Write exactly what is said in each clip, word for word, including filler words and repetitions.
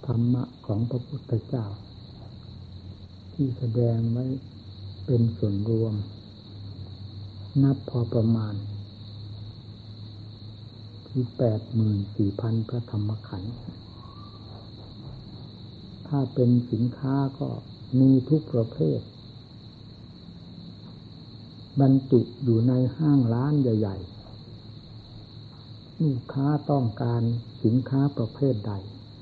ธรรมะของพระพุทธเจ้าที่แสดงไว้เป็นส่วนรวมนับพอประมาณที่แปดหมื่นสี่พันพระธรรมขันธ์ถ้าเป็นสินค้าก็มีทุกประเภทบรรจุอยู่ในห้างร้านใหญ่ๆลูกค้าต้องการสินค้าประเภทใด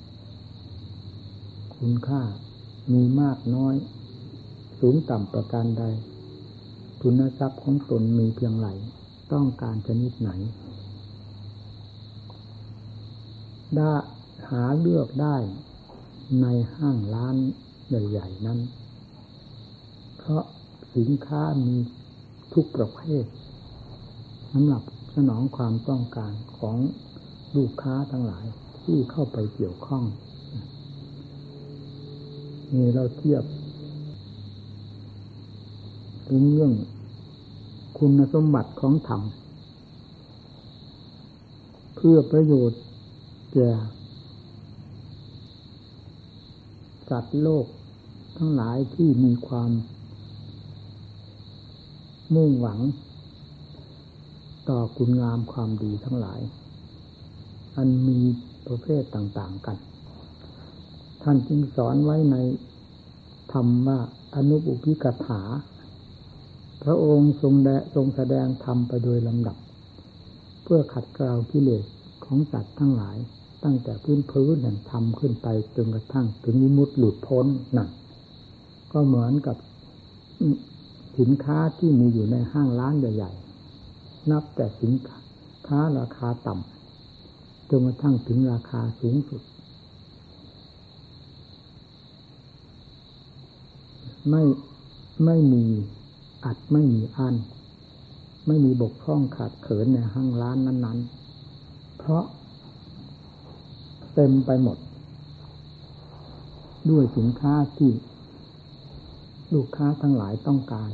คุณค่ามีมากน้อยสูงต่ำประการใดทุนทรัพย์ของตนมีเพียงไรต้องการชนิดไหนได้หาเลือกได้ในห้างร้านใหญ่ๆนั้นเพราะสินค้ามีทุกประเภทสำหรับสนองความต้องการของลูกค้าทั้งหลายที่เข้าไปเกี่ยวข้องนี่เราเทียบถึงเรื่องคุณสมบัติของธรรมเพื่อประโยชน์แก่สัตว์โลกทั้งหลายที่มีความมุ่งหวังต่อคุณงามความดีทั้งหลายอันมีประเภทต่างๆกันท่านจึงสอนไว้ในธรรมว่าอนุปุพิกถาพระองค์ทรงทรงแสดงธรรมไปโดยลำดับเพื่อขัดเกลากิเลสของสัตว์ทั้งหลายตั้งแต่พื้นพื้นแห่งธรรมขึ้นไปจนกระทั่งถึงวิมุตติหลุดพ้นนั่นก็เหมือนกับสินค้าที่มีอยู่ในห้างร้านใหญ่ๆนับแต่สินค้าราคาต่ำจนกระทั่งถึงราคาสูงสุดไม่ไม่มีอัดไม่มีอั้นไม่มีบกพร่องขาดเขินในห้างร้านนั้นๆเพราะเต็มไปหมดด้วยสินค้าที่ลูกค้าทั้งหลายต้องการ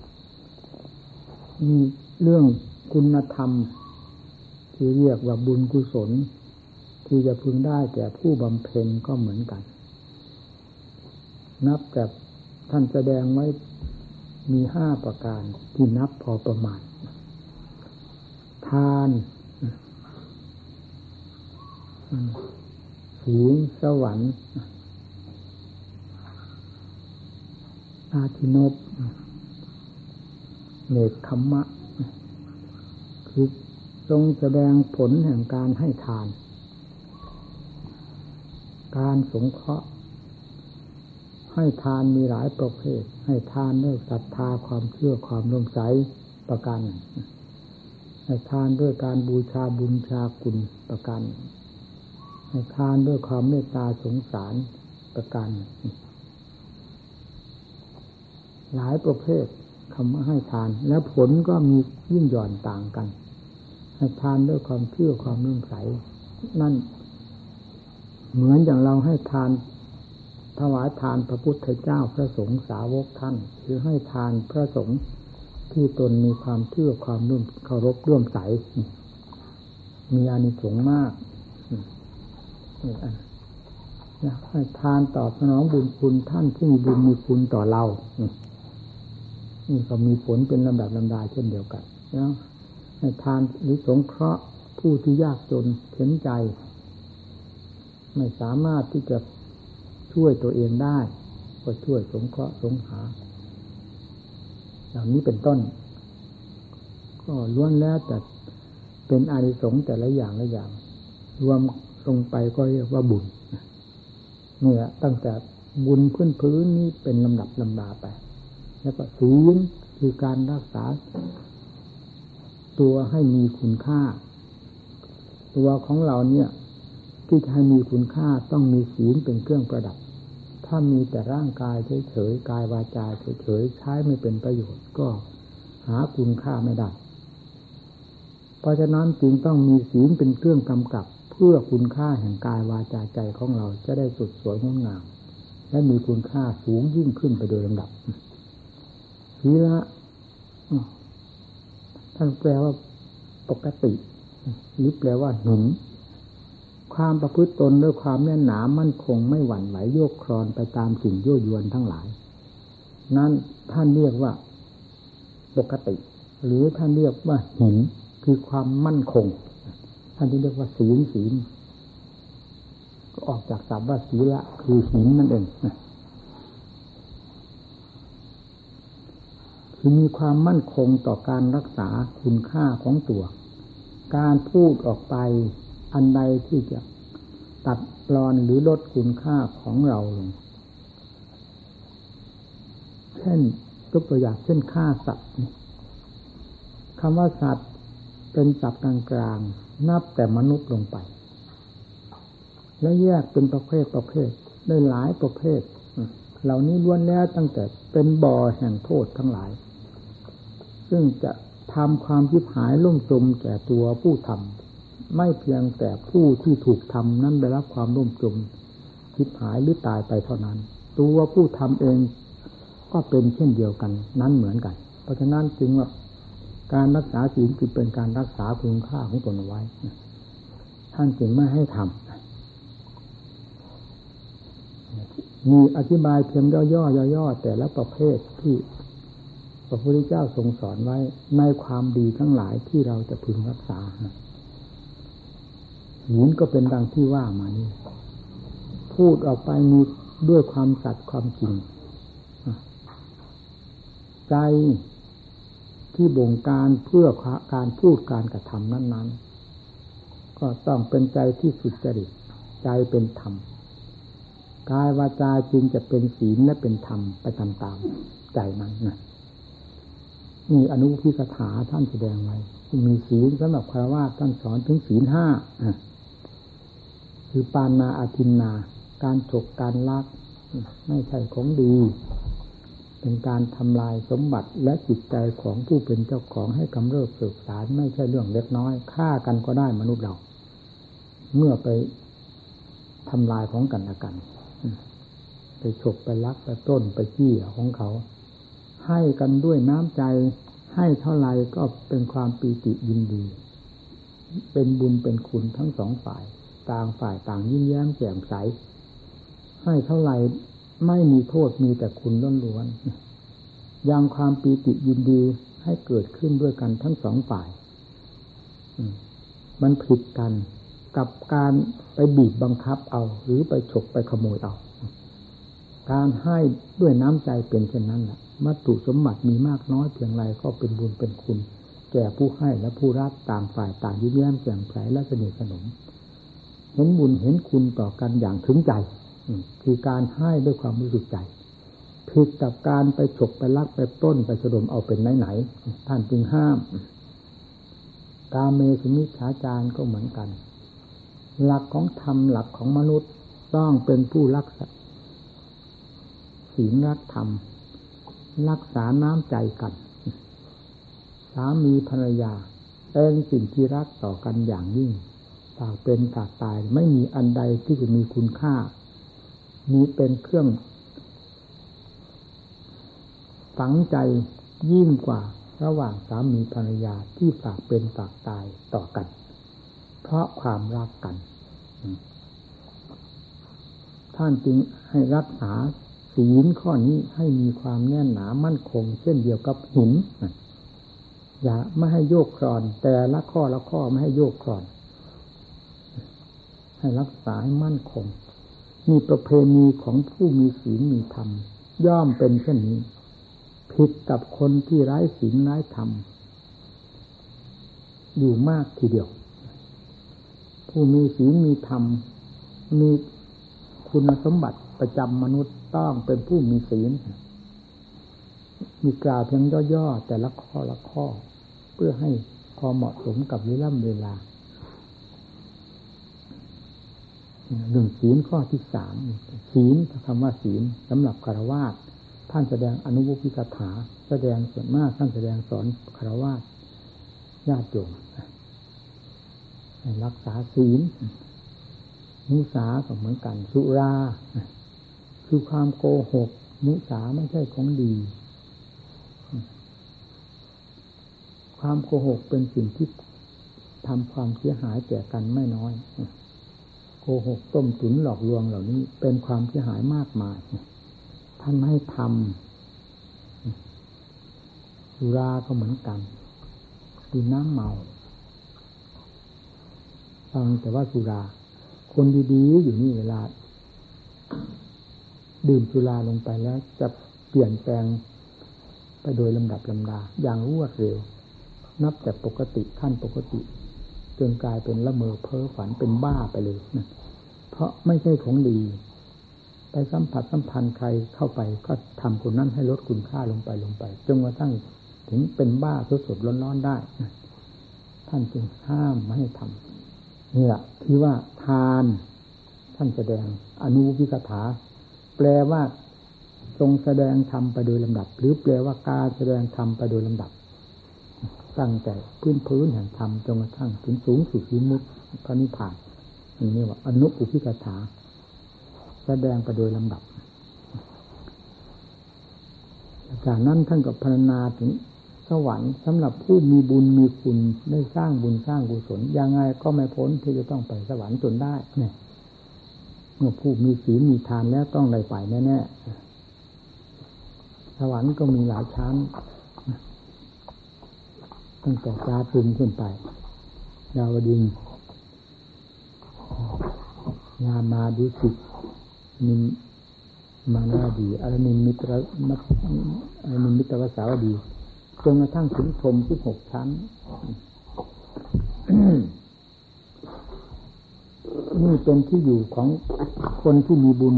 มีเรื่องคุณธรรมที่เรียกว่าบุญกุศลที่จะพึงได้แก่ผู้บำเพ็ญก็เหมือนกันนับแต่ท่านแสดงไว้มีห้าประการที่นับพอประมาณทานศีลสวรรค์อาทินพเนกขัมมะคือทรงแสดงผลแห่งการให้ทานการสงเคราะห์ให้ทานมีหลายประเภทให้ทานด้วยศรัทธาความเชื่อความเลื่อมใสประการหนึ่งให้ทานด้วยการบูชาบุญชาคุณประการหนึ่งให้ทานด้วยความเมตตาสงสารประการหนึ่งหลายประเภทคำว่าให้ทานแล้วผลก็มียิ่งหย่อนต่างกันให้ทานด้วยความเชื่อความเลื่อมใสนั่นเหมือนอย่างเราให้ทานถวายทานพระพุทธเจ้าพระสงฆ์สาวกท่านหรือให้ทานพระสงฆ์ที่ตนมีความเชื่อความร่วมเคารพร่วมใสมีอานิสงส์มากให้ทานตอบสนองบุญคุณท่านที่มีบุญมีคุณต่อเรานี่ก็มีผลเป็นลำดับลำดาเช่นเดียวกันแล้วให้ทานหรือสงเคราะห์ผู้ที่ยากจนเข็ญใจไม่สามารถที่จะช่วยตัวเองได้ก็ช่วยสงเคราะห์สงหาอย่างนี้เป็นต้นก็ล้วนแล้วแต่เป็นอานิสงส์แต่ละอย่างละอย่างรวมลงไปก็เรียกว่าบุญเนี่ยตั้งแต่บุญพื้นพื้นนี้เป็นลำดับลำดาไปแล้วก็ศีลคือการรักษาตัวให้มีคุณค่าตัวของเราเนี่ยที่จะให้มีคุณค่าต้องมีศีลเป็นเครื่องประดับถ้ามีแต่ร่างกายเฉยๆกายวาจาเฉยๆใช้ไม่เป็นประโยชน์ก็หาคุณค่าไม่ได้เพราะฉะนั้นจึงต้องมีศีลเป็นเครื่องกำกับเพื่อคุณค่าแห่งกายวาจาใจของเราจะได้สดสวยงดงามและมีคุณค่าสูงยิ่งขึ้นไปโดยลำดับศีละท่านแปลว่าปกติหรือแปลว่าหนุนความประพฤติตนด้วยความแน่นหนามั่นคงไม่หวั่นไหวโยกคลอนไปตามสิ่งยั่วยวนทั้งหลายนั้นท่านเรียกว่าปกติหรือท่านเรียกว่าหินคือความมั่นคงท่านที่เรียกว่าศีลศีลก็ออกจากศัพท์ว่าศีละคือหินนั่นเองคือมีความมั่นคงต่อการรักษาคุณค่าของตัวการพูดออกไปอันใดที่จะตัดรอนหรือลดคุณค่าของเราลงเช่นยกตัวอย่างเช่นฆ่าสัตว์คำว่าสัตว์เป็นศัพท์กลางๆนับแต่มนุษย์ลงไปและแยกเป็นประเภทประเภทได้หลายประเภทเหล่านี้ล้วนแล้วตั้งแต่เป็นบ่อแห่งโทษทั้งหลายซึ่งจะทำความชิบหายล่มจมแก่ตัวผู้ทำไม่เพียงแต่ผู้ที่ถูกทำนั้นได้รับความล่มจมชิบหายหรือตายไปเท่านั้นตัวผู้ทำเองก็เป็นเช่นเดียวกันนั้นเหมือนกันเพราะฉะนั้นจึงว่าการรักษาศีลคือเป็นการรักษาคุณค่าของตนเอาไว้ท่านจึงไม่ให้ทำมีอธิบายเพียงย่อๆย่อๆแต่ละประเภทที่พระพุทธเจ้าทรงสอนไว้ในความดีทั้งหลายที่เราจะพึงรักษาศีลก็เป็นดังที่ว่ามานี้พูดออกไปมีด้วยความสัตย์ความจริงใจที่บงการเพื่อการพูดการกระทำนั้นๆก็ต้องเป็นใจที่สุจริตใจเป็นธรรมกายวาจาจึงจะเป็นศีลและเป็นธรรมไปตามๆใจนั้นนะนี่อนุพิกถาท่านแสดงไว้มีศีลสำหรับฆราวาสท่านสอนถึงศีลห้าคือปานาอาทินนาการฉกการลักไม่ใช่ของดีเป็นการทำลายสมบัติและจิตใจของผู้เป็นเจ้าของให้กำเริบเสกสารไม่ใช่เรื่องเล็กน้อยฆ่ากันก็ได้มนุษย์เราเมื่อไปทำลายของกันและกันไปฉกไปลักไปปล้นไปจี้ของเขาให้กันด้วยน้ำใจให้เท่าไรก็เป็นความปีติยินดีเป็นบุญเป็นคุณทั้งสองฝ่ายต่างฝ่ายต่างยิ้มแย้มแจ่มใสให้เท่าไรไม่มีโทษมีแต่คุณล้วนๆยังความปีติยินดีให้เกิดขึ้นด้วยกันทั้งสองฝ่ายมันผิดกันกับการไปบีบบังคับเอาหรือไปฉกไปขโมยเอาการให้ด้วยน้ำใจเป็นเช่นนั้นแหละวัตถุสมบัติมีมากน้อยเพียงไรก็เป็นบุญเป็นคุณแก่ผู้ให้และผู้รับต่างฝ่ายต่างยิ้มแย้มแจ่มใสและสนิทสนมเห็นบุญเห็นคุณต่อกันอย่างถึงใจคือการให้ด้วยความรู้สึกใจผิดกับการไปฉกไปลักไปปล้นไปสะดมเอาเป็นไหนๆท่านจึงห้ามกาเมสุมิจฉาจารก็เหมือนกันหลักของธรรมหลักของมนุษย์ต้องเป็นผู้รักษาศีลรักธรรมรักษาน้ำใจกันสามีภรรยาเป็นสิ่งที่รักต่อกันอย่างยิ่งฝากเป็นฝากตายไม่มีอันใดที่จะมีคุณค่ามีเป็นเครื่องฝังใจยิ่งกว่าระหว่างสามีภรรยาที่ฝากเป็นฝากตายต่อกันเพราะความรักกันท่านจึงให้รักษาศีลข้อนี้ให้มีความแน่นหนามั่นคงเช่นเดียวกับหินอย่าไม่ให้โยกคลอนแต่ละข้อละข้อไม่ให้โยกคลอนให้รักษาให้มั่นคงมีประเพณีของผู้มีศีลมีธรรมย่อมเป็นเช่นนี้ผิดกับคนที่ไร้ศีลไร้ธรรมอยู่มากทีเดียวผู้มีศีลมีธรรมมีคุณสมบัติประจำมนุษย์ต้องเป็นผู้มีศีลมีกล่าวเพียงย่อๆแต่ละข้อละข้อเพื่อให้พอเหมาะสมกับเวลาเวลาหนึ่งศีลข้อที่สามศีลคำว่าศีลสำหรับฆราวาสท่านแสดงอนุวุพิกถาแสดงส่วนมากท่านแสดงสอนฆราวาสญาติโยมให้รักษาศีลมุสาก็เหมือนกันสุราคือความโกหกมุสาไม่ใช่ของดีความโกหกเป็นสิ่งที่ทำความเสียหายแก่กันไม่น้อยโกหกต้มตุ๋นหลอกลวงเหล่านี้เป็นความเสียหายมากมายท่านให้ทำสุราก็เหมือนกันดื่มน้ำเมาฟังแต่ว่าสุราคนดีๆอยู่นี่เวลาดื่มสุราลงไปแล้วจะเปลี่ยนแปลงไปโดยลำดับลำดาอย่างรวดเร็วนับแต่ปกติขั้นปกติจนกลายเป็นละเมอเพ้อฝันเป็นบ้าไปเลยนะเพราะไม่ใช่ของดีไปสัมผัสสัมพันธ์ใครเข้าไปก็ทำคนนั้นให้ลดคุณค่าลงไปลงไปจนกระทั่งถึงเป็นบ้าสดๆร้อนๆได้นะท่านจึงห้ามไม่ให้ทำนี่แหละที่ว่าทานท่านแสดงอนุวิกถาแปลว่าทรงแสดงธรรมไปโดยลำดับหรือแปลว่าการแสดงธรรมไปโดยลำดับตั้งแต่พื้นพื้นแห่งธรรมจนกระทั่งถึงสูงสุดวิมุตติพระนิพพานนี่เรียกว่าอนุอุพิกถาแสดงไปโดยลำดับจากนั้นท่านก็พรรณนาถึงสวรรค์สำหรับผู้มีบุญมีคุณได้สร้างบุญสร้างกุศลยังไงก็ไม่พ้นที่จะต้องไปสวรรค์จนได้เนี่ยเมื่อผู้มีศีลมีทานแล้วต้องได้ไปแน่ๆสวรรค์ก็มีหลายชั้นตั้งแต่จาตุมขึ้นไปดาวดึงส์ยามาดุสิตนิมมานาดีอรนิมิตรมัอรนิมิตรวสาวดีจนกระทั่งถึงพรหมสิบหกชั้น นี่เป็นที่อยู่ของคนที่มีบุญ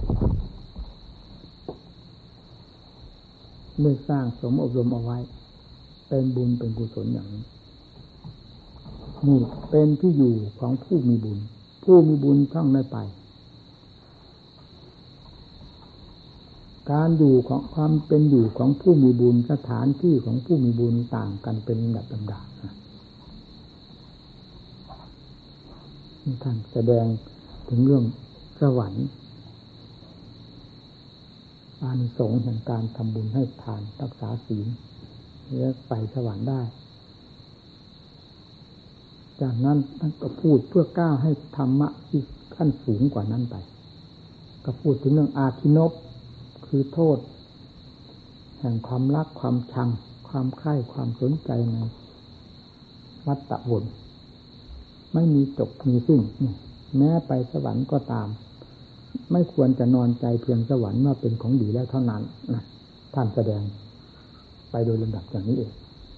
ได้สร้างสมอบรมเอาไว้เป็นบุญเป็นกุศลอย่างนี้นี่เป็นที่อยู่ของผู้มีบุญผู้มีบุญต้องได้ไปการอยู่ของความเป็นอยู่ของผู้มีบุญสถานที่ของผู้มีบุญต่างกันเป็นลำดับลำดับท่านแสดงถึงเรื่องสวรรค์อานิสงส์แห่งการทำบุญให้ทานรักษาศีลและไปสวรรค์ได้จากนั้นท่านก็พูดเพื่อก้าวให้ธรรมะที่ขั้นสูงกว่านั้นไปก็พูดถึงเรื่องอาทินพคือโทษแห่งความรักความชังความใคร่ความสนใจในวัฏฏะวนไม่มีจบมีสิ้นแม้ไปสวรรค์ก็ตามไม่ควรจะนอนใจเพียงสวรรค์ว่าเป็นของดีแล้วเท่านั้นนะท่านแสดงไปโดยลำดับอย่างนี้เอง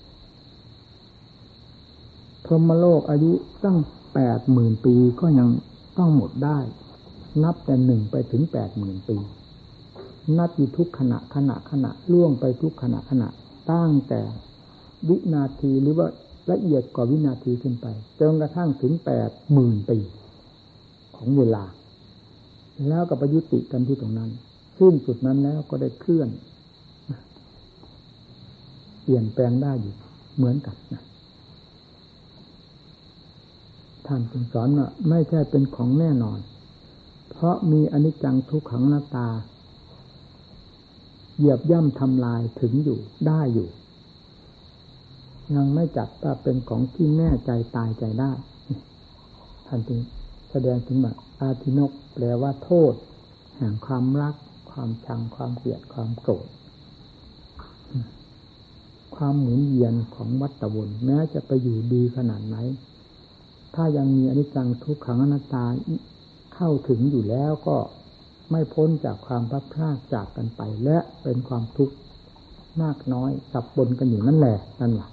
พรหมโลกอายุตั้งแปดหมื่นปีก็ยังต้องหมดได้นับแต่หนึ่งไปถึงแปดหมื่นปีนับอยู่ทุกขณะขณะขณะล่วงไปทุกขณะขณะตั้งแต่วินาทีหรือว่าละเอียดกว่าวินาทีขึ้นไปจนกระทั่งถึงแปดหมื่นปีของเวลาแล้วก็ไปยุติกันที่ตรงนั้นซึ่งจุดนั้นแล้วก็ได้เคลื่อนเปลี่ยนแปลงได้อยู่เหมือนกันนะท่านจึงสอนว่าไม่ใช่เป็นของแน่นอนเพราะมีอนิจจังทุกขังอนัตตาเหยียบย่ำทำลายถึงอยู่ได้อยู่ยังไม่จัดว่าเป็นของที่แน่ใจตายใจได้ท่านจึงแสดงถึงว่าอาทินกแปลว่าโทษแห่งความรักความชังความเกลียดความโกรธความหมุนเวียนของวัฏวนแม้จะไปอยู่ดีขนาดไหนถ้ายังมีอนิจจังทุกขังอนัตตาเข้าถึงอยู่แล้วก็ไม่พ้นจากความพลัดพรากจากกันไปและเป็นความทุกข์มากน้อยสับปนกันอยู่นั่นแหละนั่นแหละ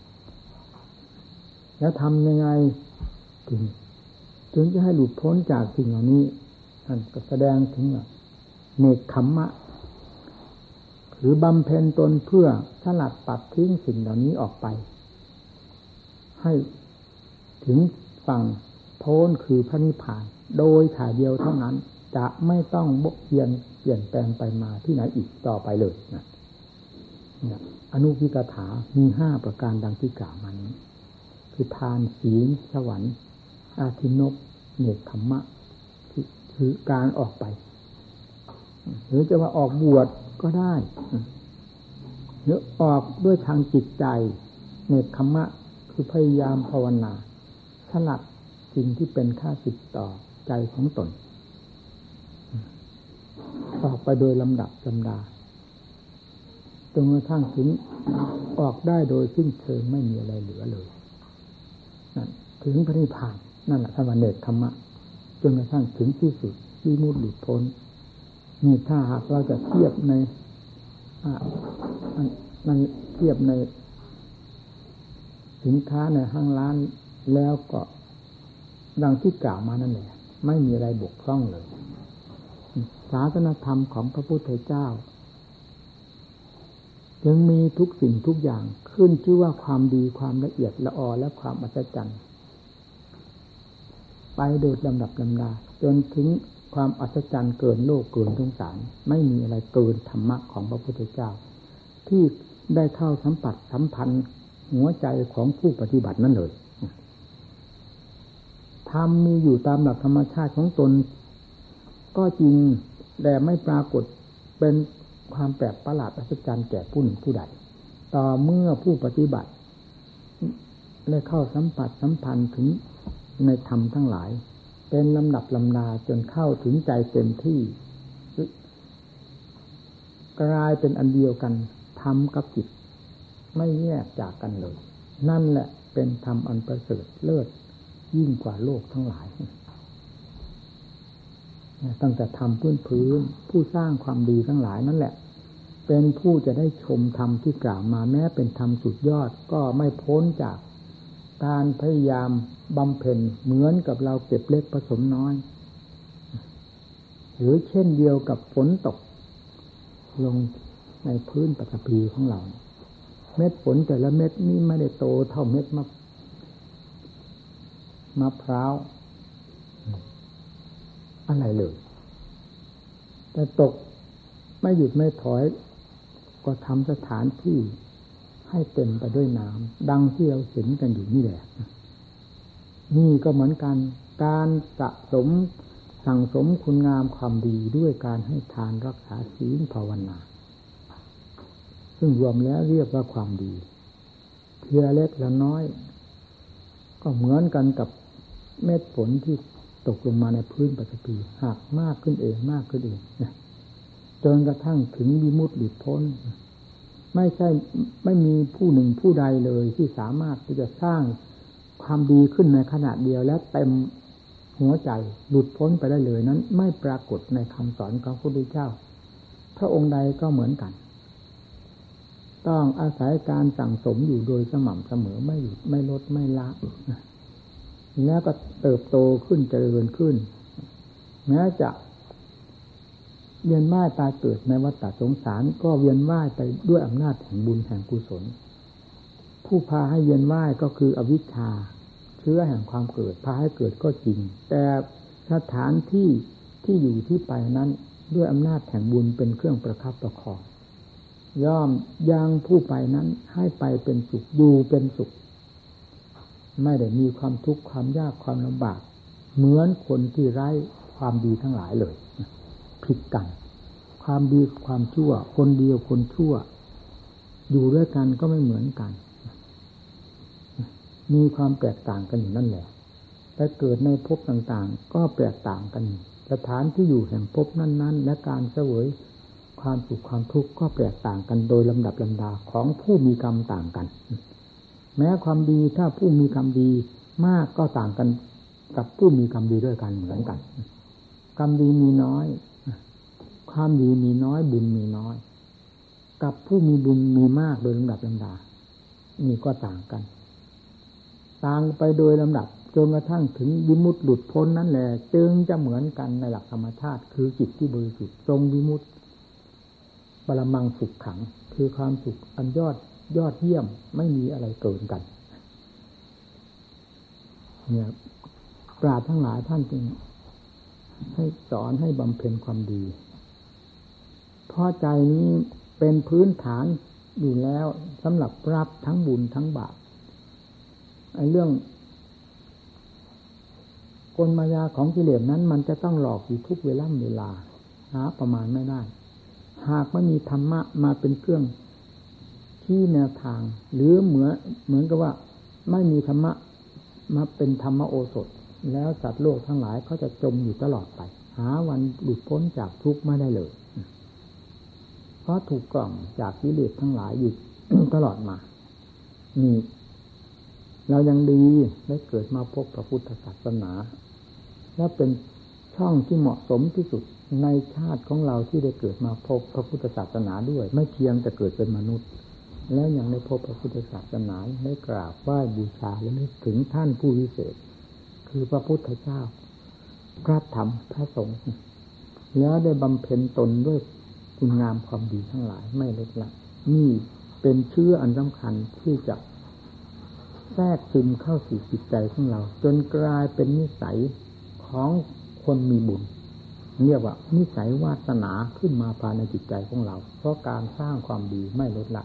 แล้วทำยังไงถึงถึงจะให้หลุดพ้นจากสิ่งเหล่านี้ท่านก็แสดงถึงว่าเนกขัมมะหรือบำเพ็ญตนเพื่อสลัดปัดทิ้งสิ่งเหล่านี้ออกไปให้ถึงฝั่งโพ้นคือพระนิพพานโดยถ่ายเดียวเท่านั้นจะไม่ต้องบกเปลี่ยนเปลี่ยนแปลงไปมาที่ไหนอีกต่อไปเลยนะเนี่ยอนุวิกถามีห้าประการดังที่กล่าวมานี้คือทานศีลสวรรค์อาทินพเนกขัมมะคือการออกไปหรือจะว่าออกบวชก็ได้หรือออกด้วยทางจิตใจเนกขัมมะคือพยายามภาวนาสลัดสิ่งที่เป็นข้าศึกต่อใจใจของตนออกไปโดยลำดับลำดาจนกระทั่งถึงออกได้โดยสิ้นเชิงไม่มีอะไรเหลือเลยนั่นถึงพระนิพพานนั่นแหละธรรมเนกธรรมะจนกระทั่งถึงที่สุดวิมุตติหลุดพ้นนี่ถ้าหากเราจะเทียบในอ่านั่นเทียบในสินค้าในห้างร้านแล้วก็ดังที่กล่าวมานั่นแหละไม่มีอะไรบกพร่องเลยศาสนธรรมของพระพุทธเจ้ายังมีทุกสิ่งทุกอย่างขึ้นชื่อว่าความดีความละเอียดละออและความอัศจรรย์ไปโดยลำดับลำดาจนถึงความอัศจรรย์เกินโลกเกินสงสารไม่มีอะไรเกินธรรมะของพระพุทธเจ้าที่ได้เข้าสัมผัสสัมพันธ์หัวใจของผู้ปฏิบัตินั่นเลยธรรมมีอยู่ตามหลักธรรมชาติของตนก็จริงแต่ไม่ปรากฏเป็นความแปลกประหลาดอัศจรรย์แก่ผู้หนึ่งผู้ใดต่อเมื่อผู้ปฏิบัติได้เข้าสัมผัสสัมพันธ์ถึงในธรรมทั้งหลายเป็นลำดับลำดาจนเข้าถึงใจเต็มที่กลายเป็นอันเดียวกันธรรมกับจิตไม่แยกจากกันเลยนั่นแหละเป็นธรรมอันประเสริฐเลิศยิ่งกว่าโลกทั้งหลายตั้งแต่ธรรมพื้นพื้นผู้สร้างความดีทั้งหลายนั่นแหละเป็นผู้จะได้ชมธรรมที่กล่าวมาแม้เป็นธรรมสุดยอดก็ไม่พ้นจากการพยายามบำเพ็ญเหมือนกับเราเก็บเล็กผสมน้อยหรือเช่นเดียวกับฝนตกลงในพื้นปฐพีของเราเม็ดฝนแต่ละเม็ดนี่ไม่ได้โตเท่าเม็ดมะมะพร้าวอะไรเลยแต่ตกไม่หยุดไม่ถอยก็ทำสถานที่ให้เต็มไปด้วยน้ำดังที่เราเห็นกันอยู่นี่แหละนี่ก็เหมือนกันการสะสมสั่งสมคุณงามความดีด้วยการให้ทานรักษาศีลภาวนาซึ่งรวมแล้วเรียกว่าความดีเพียงเล็กและน้อยก็เหมือนกันกับเม็ดฝนที่ตกลงมาในพื้นปฐพีหากมากขึ้นเองมากขึ้นเองจนกระทั่งถึงวิมุตติหลุดพ้นไม่ใช่ไม่มีผู้หนึ่งผู้ใดเลยที่สามารถที่จะสร้างความดีขึ้นในขณะเดียวและเต็มหัวใจหลุดพ้นไปได้เลยนั้นไม่ปรากฏในคำสอนของพระพุทธเจ้าพระองค์ใดก็เหมือนกันต้องอาศัยการสั่งสมอยู่โดยสม่ำเสมอไม่หยุดไม่ลดไม่ละแล้วก็เติบโตขึ้นเจริญขึ้นแม้จะเวียนว่ายตายเกิดในวัฏสงสารก็เวียนว่ายไปด้วยอำนาจแห่งบุญแห่งกุศลผู้พาให้เวียนว่ายก็คืออวิชชาเชื้อแห่งความเกิดพาให้เกิดก็จริงแต่สถานที่ที่อยู่ที่ไปนั้นด้วยอำนาจแห่งบุญเป็นเครื่องประคับประคองย่อมยังผู้ไปนั้นให้ไปเป็นสุขอยู่เป็นสุขไม่ได้มีความทุกข์ความยากความลำบากเหมือนคนที่ไร้ความดีทั้งหลายเลยผิดกันความดีความชั่วคนเดียวคนชั่วอยู่ด้วยกันก็ไม่เหมือนกันมีความแตกต่างกันอยู่นั่นแหละแต่เกิดในภพต่างๆก็แตกต่างกันสถานที่อยู่แห่งภพนั้นๆและการเสวยความสุขความทุกข์ก็แตกต่างกันโดยลำดับลำดาของผู้มีกรรมต่างกันแม้ความดีถ้าผู้มีกรรมดีมากก็ต่างกันกับผู้มีกรรมดีด้วยกันเหมือนกันกรรมดีมีน้อยความดีมีน้อยบุญมีน้อยกับผู้มีบุญมีมากโดยลำดับลำดานี่ก็ต่างกันต่างไปโดยลำดับจนกระทั่งถึงวิมุตติหลุดพ้นนั่นแหละจึงจะเหมือนกันในหลักธรรมชาติคือจิตที่บริสุทธิ์ทรงวิมุตติปรมังสุขขังคือความสุขอันยอดยอดเยี่ยมไม่มีอะไรเกินกันเนี่ยปราชญ์ทั้งหลายท่านจึงให้สอนให้บำเพ็ญความดีเพราะใจนี้เป็นพื้นฐานอยู่แล้วสำหรับรับทั้งบุญทั้งบาปไอ้เรื่องกลมายาของกิเลสนั้นมันจะต้องหลอกอยู่ทุกเวลาเวลาหาประมาณไม่ได้หากไม่มีธรรมะมาเป็นเครื่องชี้แนวทางหรือเหมือนเหมือนกับว่าไม่มีธรรมะมาเป็นธรรมโอสถแล้วสัตว์โลกทั้งหลายเขาจะจมอยู่ตลอดไปหาวันหลุดพ้นจากทุกข์ไม่ได้เลยเพราะถูกกล่อมจากกิเลสทั้งหลายอยู่ ตลอดมานี่เรายังดีได้เกิดมาพบพระพุทธศาสนาและเป็นช่องที่เหมาะสมที่สุดในชาติของเราที่ได้เกิดมาพบพระพุทธศาสนาด้วยไม่เพียงแต่เกิดเป็นมนุษย์แล้วยังได้พบพระพุทธศาสนาได้กราบไหว้บูชาและนึกถึงท่านผู้วิเศษคือพระพุทธเจ้าพระธรรมพระสงฆ์แล้วได้บำเพ็ญตนด้วยคุณงามความดีทั้งหลายไม่เล็กละนี่เป็นเชื้ออันสำคัญที่จะแทรกซึมเข้าสู่จิตใจของเราจนกลายเป็นนิสัยของคนมีบุญเรียกว่านิสัยวาสนาขึ้นมาภายในจิตใจของเราเพราะการสร้างความดีไม่ลดละ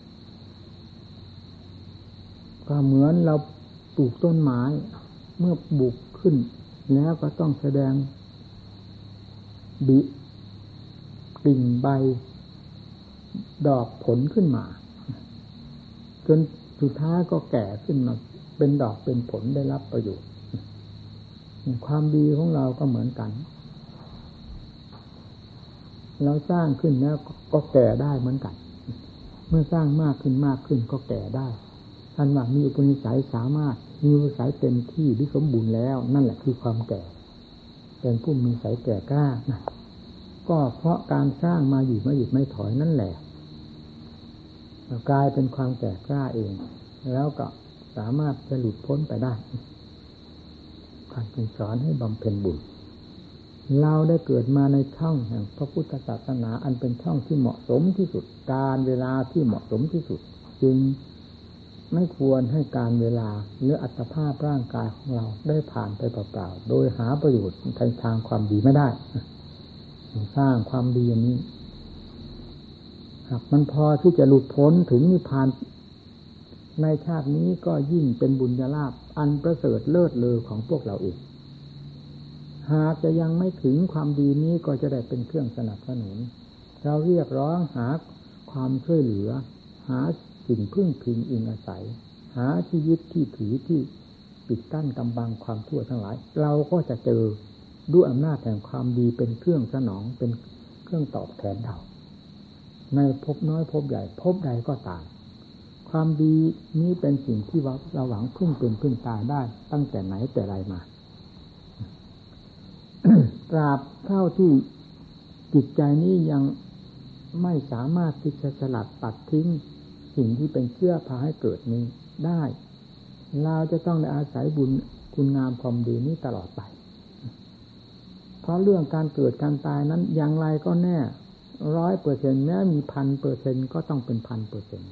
ก็เหมือนเราปลูกต้นไม้เมื่อบุกขึ้นแล้วก็ต้องแสดงบิกิ่งใบดอกผลขึ้นมาจนสุดท้ายก็แก่ขึ้นมาเป็นดอกเป็นผลได้รับประโยชน์ความดีของเราก็เหมือนกันเราสร้างขึ้นแล้วก็แก่ได้เหมือนกันเมื่อสร้างมากขึ้นมากขึ้นก็แก่ได้ท่านว่ามีอุปนิสัยสามารถมีอุปนิสัยเต็มที่หรือสมบูรณ์แล้วนั่นแหละคือความแก่เป็นผู้มีนิสัยแก่กล้านะก็เพราะการสร้างมาอยู่ไม่หยุดไม่ถอยนั่นแหละกลายเป็นความแก่กล้าเองแล้วก็สามารถจะหลุดพ้นไปได้การเป็นสอนให้บำเพ็ญบุญเราได้เกิดมาในช่องแห่งพระพุทธศาสนาอันเป็นช่องที่เหมาะสมที่สุดการเวลาที่เหมาะสมที่สุดจึงไม่ควรให้การเวลาหรืออัตภาพร่างกายของเราได้ผ่านไปเปล่าๆโดยหาประโยชน์ในทางความดีไม่ได้สร้างความดีอย่างนี้หากมันพอที่จะหลุดพ้นถึงนิพพานในชาตินี้ก็ยิ่งเป็นบุญญาลาภอันประเสริฐเลิศเลอของพวกเราเองหากจะยังไม่ถึงความดีนี้ก็จะได้เป็นเครื่องสนับสนุนเราเรียกร้องหาความช่วยเหลือหาสิ่งพึ่งพิงอิงอาศัยหาที่ยึดที่ถือที่ปิดกั้นกำบังความชั่วทั้งหลายเราก็จะเจอด้วยอำนาจแห่งความดีเป็นเครื่องสนองเป็นเครื่องตอบแทนเราในภพน้อยภพใหญ่ภพใดก็ตามความดีนี้เป็นสิ่งที่เราหวังพึ่งเป็นพึ่งตายได้ตั้งแต่ไหนแต่ไรมา ตราบเท่าที่จิตใจนี้ยังไม่สามารถที่จะสลัดตัดทิ้งสิ่งที่เป็นเชื้อพาให้เกิดนี้ได้เราจะต้องได้อาศัยบุญคุณงามความดีนี้ตลอดไปเพราะเรื่องการเกิดการตายนั้นอย่างไรก็แน่ร้อยเปอร์เซ็นต์แม้มีพันเปอร์เซ็นต์ก็ต้องเป็นพันเปอร์เซ็นต์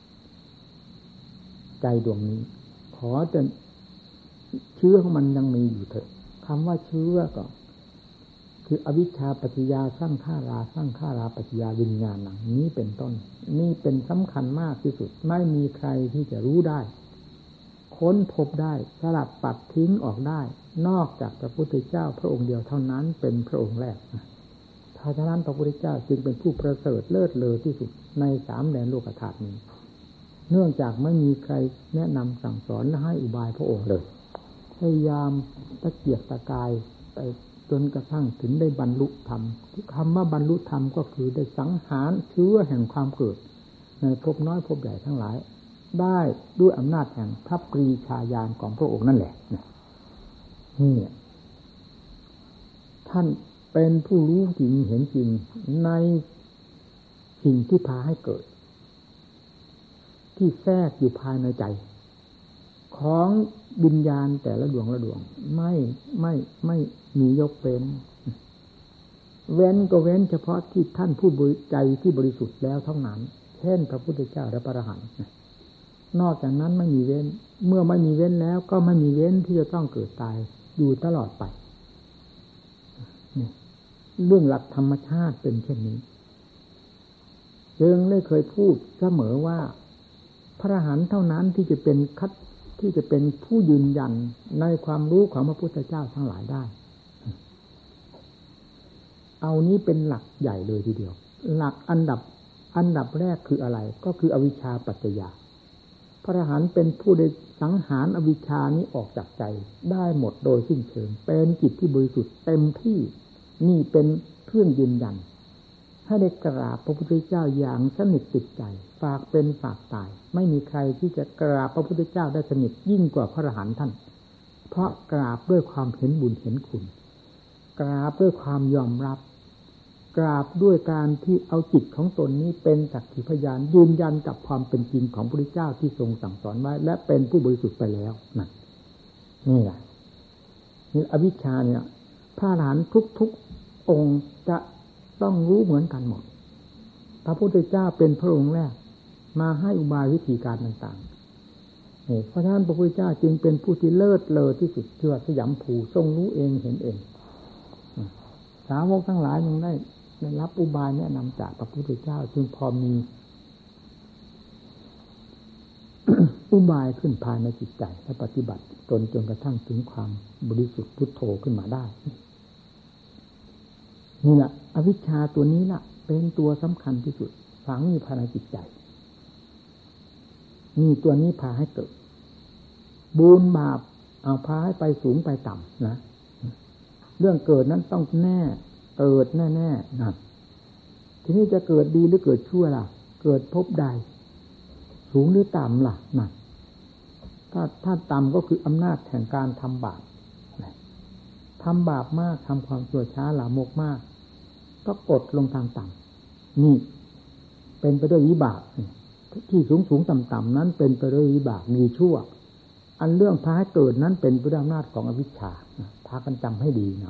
ใจดวงนี้ขอจะเชื้อของมันยังมีอยู่เถอะคำว่าเชื้อก็คืออวิชชาปัจจยาสร้างฆาราสร้างฆาราปัจจยาวิญญาณหนังนี้เป็นต้นนี่เป็นสำคัญมากที่สุดไม่มีใครที่จะรู้ได้ค้นพบได้สลัดปัดทิ้งออกได้นอกจากพระพุทธเจ้าพระองค์เดียวเท่านั้นเป็นพระองค์แรกเพราะฉะนั้นพระพุทธเจ้าจึงเป็นผู้ประเสริฐเลิศเลอที่สุดในสามแดนโลกธาตุนี้เนื่องจากไม่มีใครแนะนำสั่งสอนและให้อุบายพระองค์เลยพยายามตะเกียกตะกายไปจนกระทั่งถึงได้บรรลุธรรมคำว่าบรรลุธรรมก็คือได้สังหารเชื้อแห่งความเกิดในภพน้อยภพใหญ่ทั้งหลายได้ด้วยอำนาจแห่งพระปรีชาญาณของพระองค์นั่นแหละนี่ท่านเป็นผู้รู้จริงเห็นจริงในสิ่งที่พาให้เกิดที่แทรกอยู่ภายในใจของวิญญาณแต่ละดวงละดวงไม่ไม่ไม่มียกเว้นเว้นก็เว้นเฉพาะที่ท่านผู้ใจที่บริสุทธิ์แล้วเท่านั้นเช่นพระพุทธเจ้าและพระอรหันต์นอกจากนั้นไม่มีเว้นเมื่อไม่มีเว้นแล้วก็ไม่มีเว้นที่จะต้องเกิดตายอยู่ตลอดไปเรื่องหลักธรรมชาติเป็นเช่นนี้จึงได้เคยพูดเสมอว่าพระอรหันต์เท่านั้นที่จะเป็นคัดที่จะเป็นผู้ยืนยันในความรู้ของพระพุทธเจ้าทั้งหลายได้เอานี้เป็นหลักใหญ่เลยทีเดียวหลักอันดับอันดับแรกคืออะไรก็คืออวิชชาปัจจยาพระอรหันต์เป็นผู้ได้สังหารอวิชชานี้ออกจากใจได้หมดโดยสิ้นเชิงเป็นจิตที่บริสุทธิ์เต็มที่นี่เป็นเครื่องยืนยันให้ได้กราบพระพุทธเจ้าอย่างสนิทติดใจฝากเป็นฝากตายไม่มีใครที่จะกราบพระพุทธเจ้าได้สนิทยิ่งกว่าพระอรหันต์ท่านเพราะกราบด้วยความเห็นบุญเห็นคุณกราบด้วยความยอมรับกราบด้วยการที่เอาจิตของตนนี้เป็นสักขีพยานยืนยันกับความเป็นจริงของพระพุทธเจ้าที่ทรงสั่งสอนไว้และเป็นผู้บริสุทธิ์ไปแล้วนั่นนี่แหละนี่อวิชชาเนี่ยพระอรหันต์ทุกๆองค์จะต้องรู้เหมือนกันหมดพระพุทธเจ้าเป็นพระองค์แรกมาให้อุบายวิธีการต่างๆนี่เพราะฉะนั้นพระพุทธเจ้าจึงเป็นผู้ที่เลิศเลอที่สุดเชื่อสยามภูทรงรู้เองเห็นเองสาวกทั้งหลายยังได้ได้รับอุบายแนะนำจากพระพุทธเจ้าจึงพอมี อุบายขึ้นภายในจิตใจและปฏิบัติตนจนกระทั่งถึงความบริสุทธิ์พุทโธขึ้นมาได้นี่แหละอวิชชาตัวนี้ล่ะเป็นตัวสำคัญที่สุดฝังอยู่ภายในจิตใจนี่ตัวนี้พาให้เกิดบุญบาปเอาพาให้ไปสูงไปต่ำนะเรื่องเกิดนั้นต้องแน่เกิดแน่ๆนะทีนี้จะเกิดดีหรือเกิดชั่วล่ะเกิดพบใดสูงหรือต่ำล่ะนะถ้าถ้าต่ำก็คืออำนาจแห่งการทำบาปทำบาปมากทำความชั่วช้าหลามกมากก็กดลงทางต่ำนี่เป็นไปด้วยวิบากที่สูงสูงต่ำต่ำนั้นเป็นไปด้วยวิบากมีชั่วอันเรื่องพาให้เกิดนั้นเป็นไปด้วยอำนาจของอวิชชาพากันจำให้ดีนะ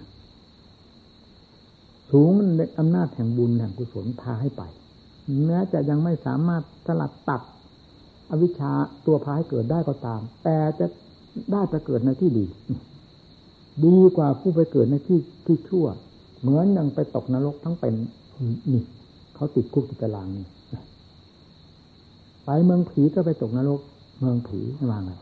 สูงในอำนาจแห่งบุญแห่งกุศลพาให้ไปแม้จะยังไม่สามารถสลัดตัดอวิชชาตัวพาให้เกิดได้ก็ตามแต่จะได้ไปเกิดในที่ดีดีกว่าผู้ไปเกิดในที่ที่ชั่วเหมือนยังไปตกนรกทั้งเป็นนี่เขาติดคุกติดตารางนี่ไปเมืองผีก็ไปตกนรกเมืองผีว่าไง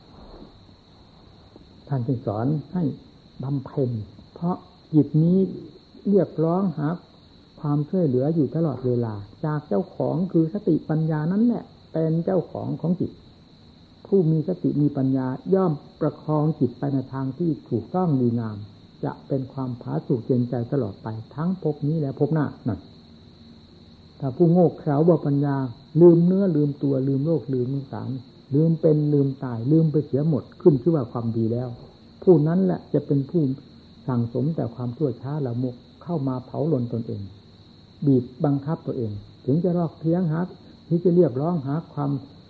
ท่านจึงสอนให้บำเพ็ญเพราะจิตนี้เรียกร้องหาความช่วยเหลืออยู่ตลอดเวลาจากเจ้าของคือสติปัญญานั้นแหละเป็นเจ้าของของจิตผู้มีสติมีปัญญาย่อมประคองจิตไปในทางที่ถูกต้องดีงามจะเป็นความผาสุกเย็นใจตลอดไปทั้งภพนี้และภพหน้านั่นถ้าผู้โง่เขลาบ่ปัญญาลืมเนื้อลืมตัวลืมโลกลืมสงสารลืมเป็นลืมตายลืมไปเสียหมดขึ้นชื่อว่าความดีแล้วผู้นั้นแหละจะเป็นผู้สั่งสมแต่ความชั่วช้าละมกเข้ามาเผาลนตนเองบีบบังคับตัวเองถึงจะรอกเทียงหาที่จะเรียกร้องหาความ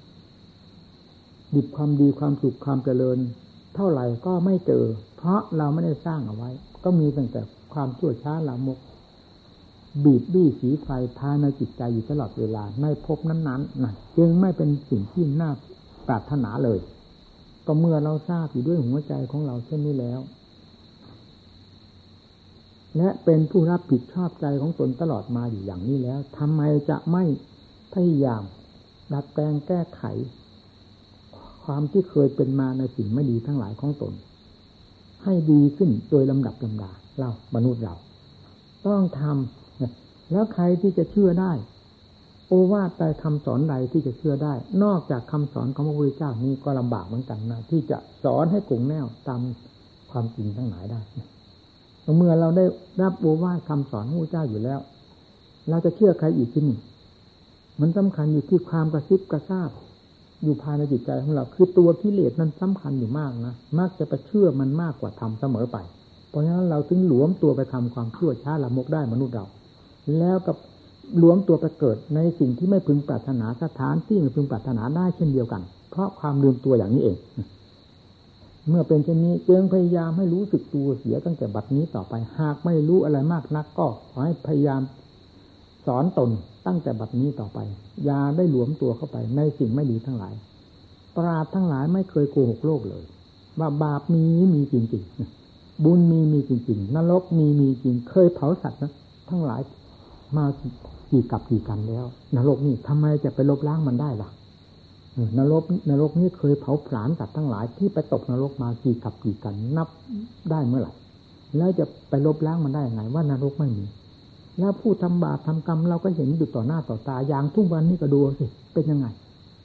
ดิบความดีความสุขความเจริญเท่าไหร่ก็ไม่เจอเพราะเราไม่ได้สร้างเอาไว้ก็มีตั้งแต่ความชั่วช้าละมกบีบบี้สีไฟภายในจิตใจอยู่ตลอดเวลาในภพนั้นๆนั่นจึงไม่เป็นสิ่งที่น่าปรารถนาเลยก็เมื่อเราทราบอยู่ด้วยหัวใจของเราเช่นนี้แล้วและเป็นผู้รับผิดชอบใจของตนตลอดมาอยู่อย่างนี้แล้วทำไมจะไม่พยายามดัดแปลงแก้ไขความที่เคยเป็นมาในสิ่งไม่ดีทั้งหลายของตนให้ดีขึ้นโดยลำดับลำดาเรามนุษย์เราต้องทำแล้วใครที่จะเชื่อได้โอวาทใดคำสอนใดที่จะเชื่อได้นอกจากคำสอนของพระพุทธเจ้านี้ก็ลำบากเหมือนกันนะที่จะสอนให้กลงแนวตามความจริงทั้งหลายได้เมื่อเราได้รับโอวาทคำสอนของพระเจ้าอยู่แล้วเราจะเชื่อใครอีกที่นี่มันสำคัญอยู่ที่ความกระซิบกระซาบอยู่ภายในจิตใจของเราคือตัวกิเลสนั้นสำคัญอยู่มากนะมักจะไปเชื่อมันมากกว่าทำเสมอไปเพราะฉะนั้นเราถึงหลวมตัวไปทำความชั่วช้าละมกได้มนุษย์เราแล้วกับหลวมตัวไปเกิดในสิ่งที่ไม่พึงปรารถนาสถานที่ไม่พึงปรารถนาได้เช่นเดียวกันเพราะความลืมตัวอย่างนี้เองเมื่อเป็นเช่นนี้จึงพยายามให้รู้สึกตัวเสียตั้งแต่บัดนี้ต่อไปหากไม่รู้อะไรมากนักก็ขอให้พยายามสอนตนตั้งแต่บัดนี้ต่อไปอย่าได้หลวมตัวเข้าไปในสิ่งไม่ดีทั้งหลายปราชญ์ทั้งหลายไม่เคยโกหกโลกเลยว่าบาปมีมีจริงๆบุญมีมีจริงๆนรกมีมีจริงเคยเผาสัตว์นะทั้งหลายมากี่กับกี่กันแล้วนรกนี่ทำไมจะไปลบล้างมันได้ล่ะนรกนรกนี่เคยเผาผลาญสัตว์ทั้งหลายที่ไปตกนรกมากี่กับกี่กันนับได้เมื่อไหร่แล้วจะไปลบล้างมันได้ยังไงว่านรกไม่มีแล้วผู้ทำบาปทำกรรมเราก็เห็นอยู่ต่อหน้าต่อตาอย่างทุกวันนี้ก็ดูสิเป็นยังไง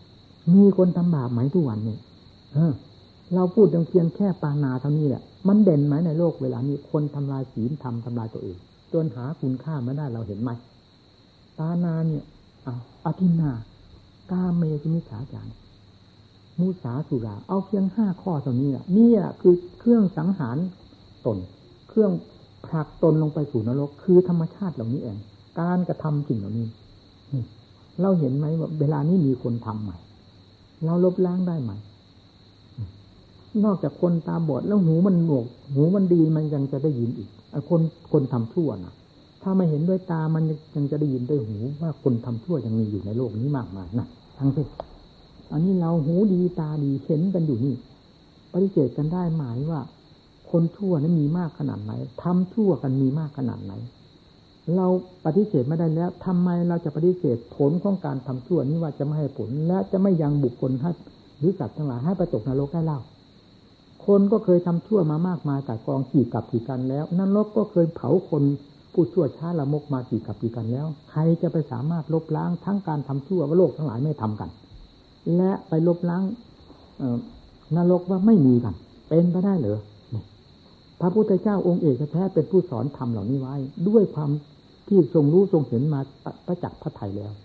มีคนทำบาปไหมทุกวันเนี่ยเออเราพูดเพียงแค่ปานาเท่านี้แหละมันเด่นไหมในโลกเวลานี้คนทำลายศีลทำทำลายตัวเองจนหาคุณค่าไม่ได้เราเห็นไหมปานาเนี่ยเอาอธินากาเมสุมิจฉาจารมุสาสุราเอาเพียงห้าข้อเท่านี้แหละนี่แหละคือเครื่องสังหารตนเครื่องผลักตนลงไปสู่นรกคือธรรมชาติเหล่านี้เองการกระทำสิ่งเหล่านี้เราเห็นไหมว่าเวลานี้มีคนทำใหม่เราลบล้างได้ไหมนอกจากคนตาบอดแล้วหูมันหนวกหูมันดีมันยังจะได้ยินอีกคนคนทำชั่วนะถ้าไม่เห็นด้วยตามันยังจะได้ยินด้วยหูว่าคนทำชั่วยังมีอยู่ในโลกนี้มากมายนะทั้งที่อันนี้เราหูดีตาดีเห็นกันอยู่นี่ปฏิเสธกันได้หมายว่าคนชั่วนั้นมีมากขนาดไหนทำชั่วกันมีมากขนาดไหนเราปฏิเสธไม่ได้แล้วทำไมเราจะปฏิเสธผลของการทำชั่วนี้ว่าจะไม่ให้ผลและจะไม่ยังบุคคลให้หรือสัตว์ทั้งหลายให้ไปตกนรกได้เล่าคนก็เคยทำชั่วมามากมายแต่กองกี่กับกี่กันแล้วนรกก็เคยเผาคนผู้ชั่วช้าละมกมากี่กับกี่กันแล้วใครจะไปสามารถลบล้างทั้งการทำชั่วว่าโลกทั้งหลายไม่ทำกันและไปลบล้างนรกว่าไม่มีกันเป็นไปได้เหรอพระพุทธเจ้าองค์เอกแท้เป็นผู้สอนธรรมเหล่านี้ไว้ด้วยความที่ทรงรู้ทรงเห็นมาประจักษ์พระทัยแล้ว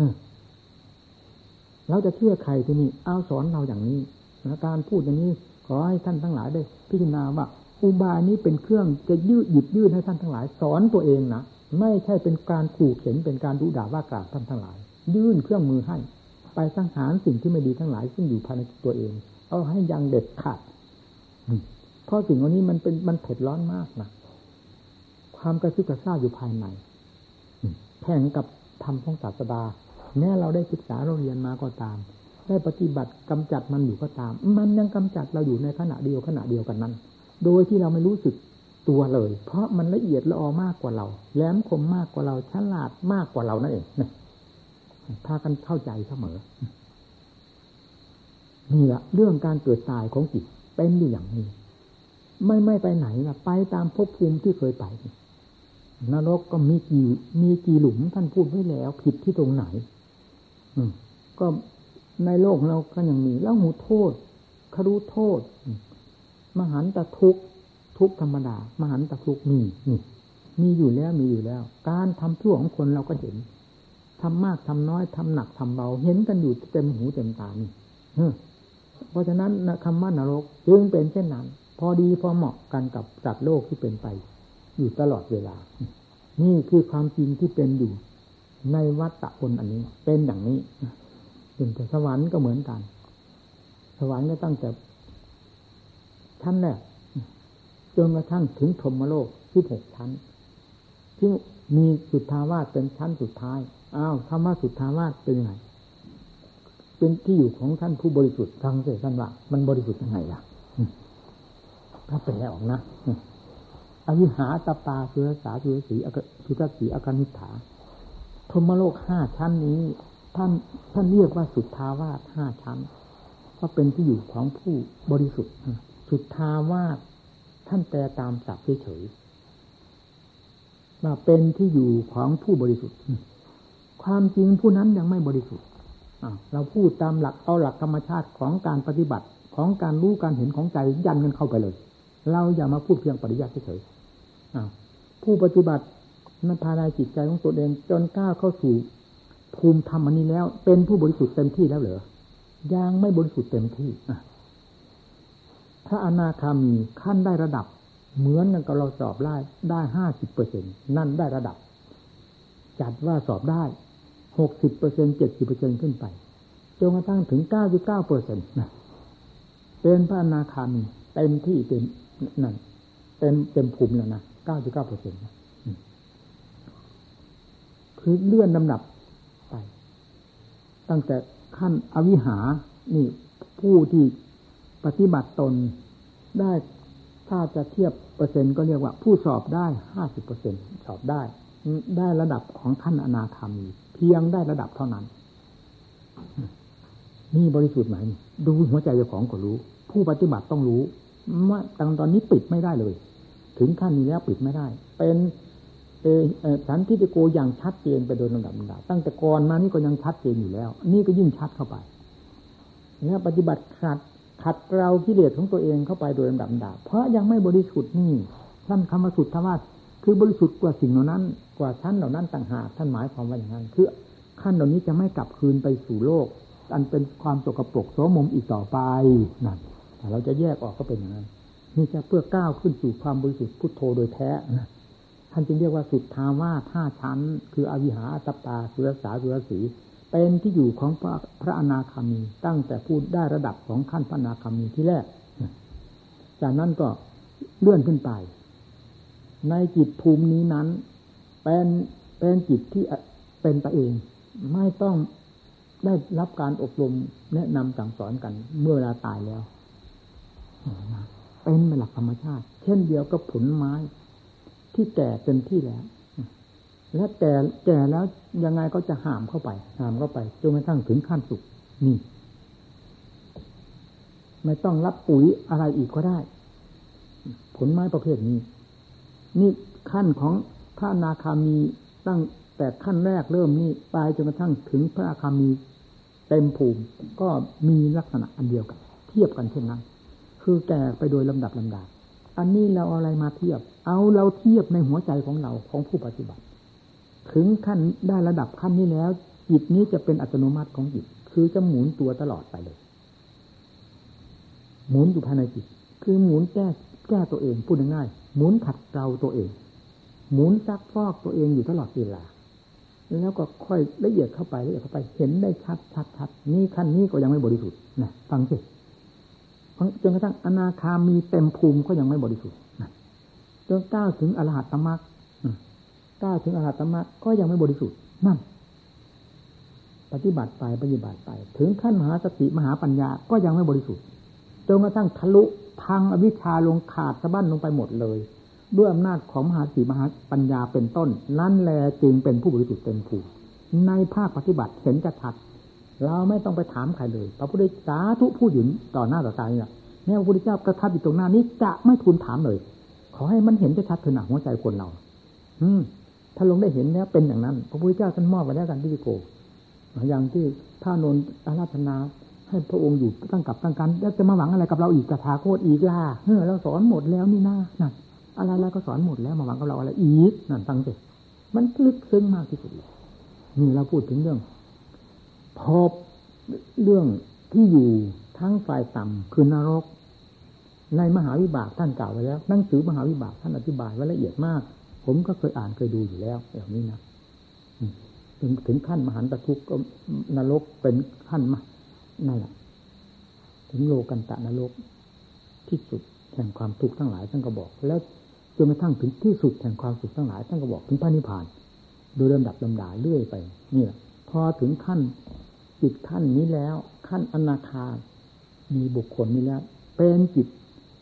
เราจะเชื่อใครที่นี่เอาสอนเราอย่างนี้การพูดอย่างนี้ขอให้ท่านทั้งหลายได้พิจารณาว่าอุบายนี้เป็นเครื่องจะยืดหยิบยื่นให้ท่านทั้งหลายสอนตัวเองนะไม่ใช่เป็นการขู่เข็นเป็นการดุด่าว่ากล่าวท่านทั้งหลายยื่นเครื่องมือให้ไปสังหารสิ่งที่ไม่ดีทั้งหลายซึ่งอยู่ภายในตัวเองเอาให้ยังเด็ดขาดเพราะสิ่งเหล่านี้มันเป็นมันเผ็ดร้อนมากนะความกระซิบกระซาบอยู่ภายในแข่งกับธรรมของศาสดาแม้เราได้ศึกษาเราเรียนมาก็ตามได้ปฏิบัติกำจัดมันอยู่ก็ตามมันยังกำจัดเราอยู่ในขณะเดียวขณะเดียวกันนั้นโดยที่เราไม่รู้สึกตัวเลยเพราะมันละเอียดละออมากกว่าเราแหลมคมมากกว่าเราฉลาดมากกว่าเรานั่นเองนะพากันเข้าใจเสมอนี่แหละเรื่องการเกิดตายของจิตเป็นอยู่อย่างนี้ไม่ไม่ไปไหนล่ะไปตามภพภูมิที่เคยไปนรกก็มีกี่มีกี่หลุมท่านพูดไว้แล้วผิดที่ตรงไหนอืมก็ในโลกเราก็ยังมีแล้วหูโทษครู้โทษมหันตทุกข์ทุกข์ธรรมดามหันตทุกข์มีนี่มีอยู่แล้วมีอยู่แล้วการทำชั่วของคนเราก็เห็นทำมากทำน้อยทำหนักทำเบาเห็นกันอยู่เต็มหูเต็มตานี่เพราะฉะนั้นคำว่านรกจึงเป็นเช่นนั้นพอดีพอเหมาะกันกับสัตว์โลกที่เป็นไปอยู่ตลอดเวลานี่คือความจริงที่เป็นอยู่ในวัฏฏะคนอันนี้เป็นอย่างนี้ถึงแต่สวรรค์ก็เหมือนกันสวรรค์ก็ตั้งแต่ชั้นแรกจนกระทั่งถึงพรหมโลกสิบหกชั้นที่มีสุทธาวาสเป็นชั้นสุดท้ายอ้าวคำว่าสุทธาวาสเป็นยังไงเป็นที่อยู่ของท่านผู้บริสุทธิ์ฟังเสียท่านว่ามันบริสุทธิ์ยังไงล่ะถ้าเป็นแล้วออกนะอวิหาตปาสุรสาสุรสีสุรสีอากานิฐาพรหมโลกห้าชั้นนี้ท่านท่านเรียกว่าสุทธาวาสห้าชั้นก็เป็นที่อยู่ของผู้บริสุทธิ์สุทธาวาสท่านแปลตามศัพท์เฉยๆว่าเป็นที่อยู่ของผู้บริสุทธิ์ความจริงผู้นั้นยังไม่บริสุทธิ์เราพูดตามหลักเอาหลักธรรมชาติของการปฏิบัติของการรู้การเห็นของใจยันกันเข้าไปเลยเราอย่ามาพูดเพียงปริยัติเฉยๆผู้ปฏิบัติในภายในจิตใจของตัวเองจนก้าวเข้าสู่ภูมิธรรมอันนี้แล้วเป็นผู้บริสุทธิ์เต็มที่แล้วเหรอยังไม่บริสุทธิ์เต็มที่ถ้าอนาคามีขั้นได้ระดับเหมือนกันกับเราสอบได้ได้ห้าสิบเปอร์เซ็นต์นั่นได้ระดับจัดว่าสอบได้หกสิบเปอร์เซ็นต์เจ็ดสิบเปอร์เซ็นต์ขึ้นไปจนกระทั่งถึงเก้าสิบเก้าเปอร์เซ็นต์นะเป็นพระอนาคามีเต็มที่เต็มนั่นเต็มเต็มภูมิแล้วนะเก้าสิบเก้าเปอร์เซ็นต์คือเลื่อนลำดับไปตั้งแต่ขั้นอวิหานี่ผู้ที่ปฏิบัติตนได้ถ้าจะเทียบเปอร์เซ็นต์ก็เรียกว่าผู้สอบได้ห้าสิบเปอร์เซ็นต์สอบได้ได้ระดับของท่านอนาคามีเพียงได้ระดับเท่านั้นนี่บริสุทธิ์ไหมดูหัวใจเจ้าของก็รู้ผู้ปฏิบัติต้องรู้ว่าตอนนี้ปิดไม่ได้เลยถึงขั้นนี้แล้วปิดไม่ได้เป็นเออสันทิฏฐิโกอย่างชัดเจนไปโดยลำดับลำดับตั้งแต่ก่อนมานี่ก็ยังชัดเจนอยู่แล้วนี่ก็ยิ่งชัดเข้าไปแล้วปฏิบัติขัดขัดเรากิเลสของตัวเองเข้าไปโดยลำดับดาเพราะยังไม่บริสุทธิ์นี่ท่านคำว่าสุทธวาสคือบริสุทธิ์กว่าสิ่งเหล่านั้นกว่าชั้นเหล่านั้นต่างหากท่านหมายความว่าอย่างนั้นคือขั้นเหล่านี้จะไม่กลับคืนไปสู่โลกอันเป็นความสกปรกโสมมอีกต่อไปนั่นแต่เราจะแยกออกก็เป็นอย่างนั้นนี่จะเพื่อก้าวขึ้นสู่ความบริสุทธิ์พุทโธโดยแท้นะท่านจึงเรียกว่าสุทธาวาสห้าชั้นคืออวิหาอัตตปาสุรสาสุรสีเป็นที่อยู่ของพระพระอนาคามีตั้งแต่พูดได้ระดับของขั้นพระอนาคามีที่แรกจากนั้นก็เลื่อนขึ้นไปในจิตภูมินี้นั้นเป็นเป็นจิตที่เป็นไปเองไม่ต้องได้รับการอบรมแนะนำสั่งสอนกันเมื่อเวลาตายแล้วเป็นหลักธรรมชาติเช่นเดียวกับผลไม้ที่แก่เต็มที่แล้วและแก่แก่แล้วยังไงก็จะหามเข้าไปหามเข้าไปจนกระทั่งถึงขั้นสุกนี่ไม่ต้องรับปุ๋ยอะไรอีกก็ได้ผลไม้ประเภทนี้นี่ขั้นของพระอนาคามีตั้งแต่ขั้นแรกเริ่มนี่ไปจนกระทั่งถึงพระอนาคามีเต็มภูมิก็มีลักษณะอันเดียวกันเทียบกันเช่นนั้นคือแก่ไปโดยลำดับลำดับอันนี้เราเอาอะไรมาเทียบเอาเราเทียบในหัวใจของเราของผู้ปฏิบัติถึงขั้นได้ระดับขั้นนี้แล้วจิตนี้จะเป็นอัตโนมัติของจิตคือจะหมุนตัวตลอดไปเลยหมุนอยู่ภายในจิตคือหมุนแก้แก้ตัวเองพูดง่ายๆหมุนขัดเกลาตัวเองหมุนซักฟอกตัวเองอยู่ตลอดเวลาแล้วก็ค่อยละเอียดเข้าไปละเอียดเข้าไปเห็นได้ชัดชัดชัดนี่ขั้นนี้ก็ยังไม่บริสุทธิ์นะฟังสิจนกระทั่งอนาคามีเต็มภูมิก็ยังไม่บริสุทธิ์นะจนก้าวถึงอรหัตตมรรคก้าวถึงอรหัตตมรรคก็ยังไม่บริสุทธิ์นั่นปฏิบัติไปปฏิบัติไปถึงขั้นมหาสติมหาปัญญาก็ยังไม่บริสุทธิ์จนกระทั่งทะลุพังอวิชชาลงขาดสะบั้นลงไปหมดเลยด้วยอำนาจของมหาสติมหาปัญญาเป็นต้นนั่นแลจึงเป็นผู้บริสุทธิ์เต็มภูมิในภาคปฏิบัติเห็นจะชัดเราไม่ต้องไปถามใครเลยพระพุทธสาธุพูดอยู่ต่อหน้าต่อตาเนี่ยแม้พระพุทธเจ้ากระทับอยู่ตรงหน้านี้จะไม่ทูลถามเลยขอให้มันเห็นจะชัดเถอะหนักหัวใจคนเราอืมถ้าลงได้เห็นแล้วเป็นอย่างนั้นพระพุทธเจ้าท่านมอบไว้แล้วกันที่โกอย่างที่ท่านนท์อาราธนาให้พระองค์อยู่ตั้งกับตั้งกันแล้วจะมาหวังอะไรกับเราอีกตถาคตอีกล่ะเฮ้อเราสอนหมดแล้วนี่นะนั่นอะไรๆก็สอนหมดแล้วมาหวังกับเราอะไรอีกนั่นฟังสิมันลึกซึ้งมากที่สุดนี่เราพูดถึงเรื่องพบเรื่องที่อยู่ทั้งฝ่ายต่ำคือนรกในมหาวิบากท่านกล่าวไว้แล้วหนังสือมหาวิบากท่านอธิบายไว้ละเอียดมากผมก็เคยอ่านเคยดูอยู่แล้วแบบนี้นะถึงถึงขั้นมหันตทุกข์ก็นรกเป็นขั้นมานั่นแหละถึงโลกันตะนรกที่สุดแห่งความทุกข์ทั้งหลายท่านก็บอกแล้วจนกระทั่งถึงที่สุดแห่งความสุขทั้งหลายท่านก็บอกถึงพระนิพพานโดยลำดับลำดาเรื่อยไปนี่พอถึงขั้นจิตขั้นนี้แล้วขั้นอนาคามีบุคคลนี้แล้วเป็นจิต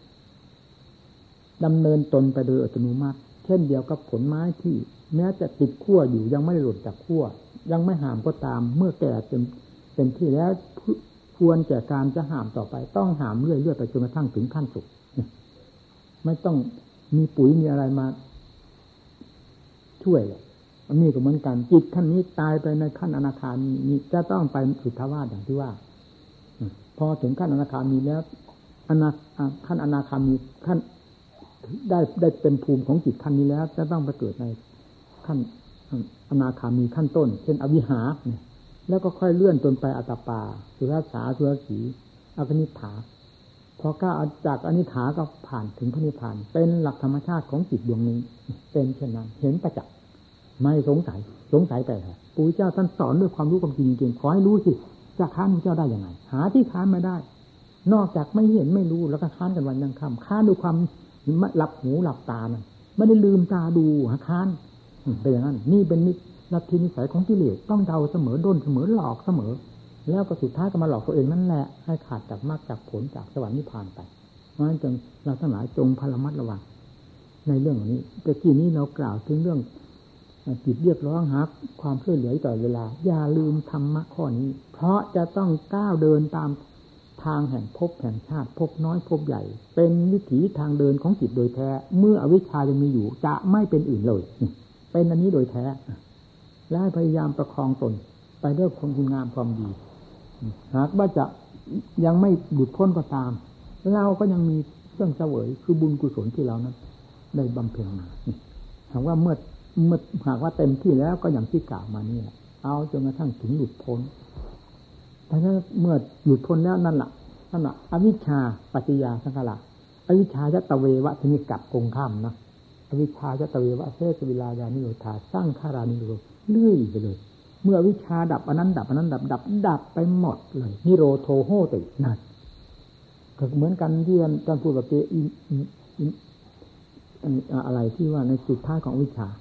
ดำเนินตนไปโดยอัตโนมัติเช่นเดียวกับผลไม้ที่แม้จะติดขั้วอยู่ยังไม่หลุดจากขั้วยังไม่ห่ามก็ตามเมื่อแก่จนเป็นที่แล้วควรแก่การจะห่ามต่อไปต้องห่ามเรื่อยๆไปจนกระทั่งถึงขั้นสุขไม่ต้องมีปุ๋ยมีอะไรมาช่วยเลยอันนี้ก็เหมือนกันจิตขั้นนี้ตายไปในขั้นอนาคามีจะต้องไปสุทธาวาสอย่างที่ว่าพอถึงขั้นอนาคามีแล้วอนาขั้นอนาคามีขั้นได้ได้เต็มภูมิของจิตขั้นนี้แล้วจะต้องไปเกิดในขั้นอนาคามีขั้นต้นเช่นอวิหาเนี่ยแล้วก็ค่อยเลื่อนจนไปอัตตปาสุรัสสาสุรสีอคณิฏฐาพอก้าวจากอนิฏฐาก็ผ่านถึงพระนิพพานเป็นหลักธรรมชาติของจิตดวงนี้เป็นเช่นนั้นเห็นประจักษ์ไม่สงสัยสงสัยไปเหรอปู่เจ้าท่านสอนด้วยความรู้ความจริงจริงขอให้รู้สิจะค้านพระเจ้าได้ยังไงหาที่ค้านไม่ได้นอกจากไม่เห็นไม่รู้แล้วก็ค้านกันวันยังค่ำค้านด้วยความหลับหูหลับตานั่นไม่ได้ลืมตาดูหาค้านเป็นอย่างนั้นนี่เป็นลัทธินิสัยของกิเลสต้องเดาเสมอด้นเสมอหลอกเสมอแล้วก็สุดท้ายก็มาหลอกตัวเองนั่นแหละให้ขาดจากมรรคจากผลจากสวรรค์นิพพานไปเพราะฉะนั้นจงเราทั้งหลายจงพระมัดระวังในเรื่องนี้แต่ที่นี้เรากล่าวถึงเรื่องจิตเรียกร้องหาความช่วยเหลือต่อเวลาอย่าลืมธรรมะข้อนี้เพราะจะต้องก้าวเดินตามทางแห่งภพแห่งชาติภพน้อยภพใหญ่เป็นวิถีทางเดินของจิตโดยแท้เมื่ออวิชชายังมีอยู่จะไม่เป็นอื่นเลยเป็นอันนี้โดยแท้และพยายามประคองตนไปด้วยคุณงามความดีหากว่าจะยังไม่หลุดพ้นก็ตามเราก็ยังมีเครื่องเสวยคือบุญกุศลที่เรานั้นได้บำเพ็ญมาหากว่าเมื่อเมื่อหากว่าเต็มที่แล้วก็อย่างที่กล่าวมานี่แหละเอาจนกระทั่งถึงหลุดพ้นแต่ถ้าเมื่อหลุดพ้นแล้วนั่นแหละนั่นแหละอวิชชาปัจจยาสังขารอวิชชาจะตะเววะที่นี่กลับกงข้ามนะอวิชชาจะตะเววะเสสวิลายานิโรธาสร้างขารานิโรธเลื่อยไปเลยเมื่อวิชาดับอันนั้นดับอันนั้นดับดับดับไปหมดเลยนิโรโทโหตินั่นก็เหมือนกันที่ท่านพูดแบบอะไรที่ว่าในสุดท้ายของวิชา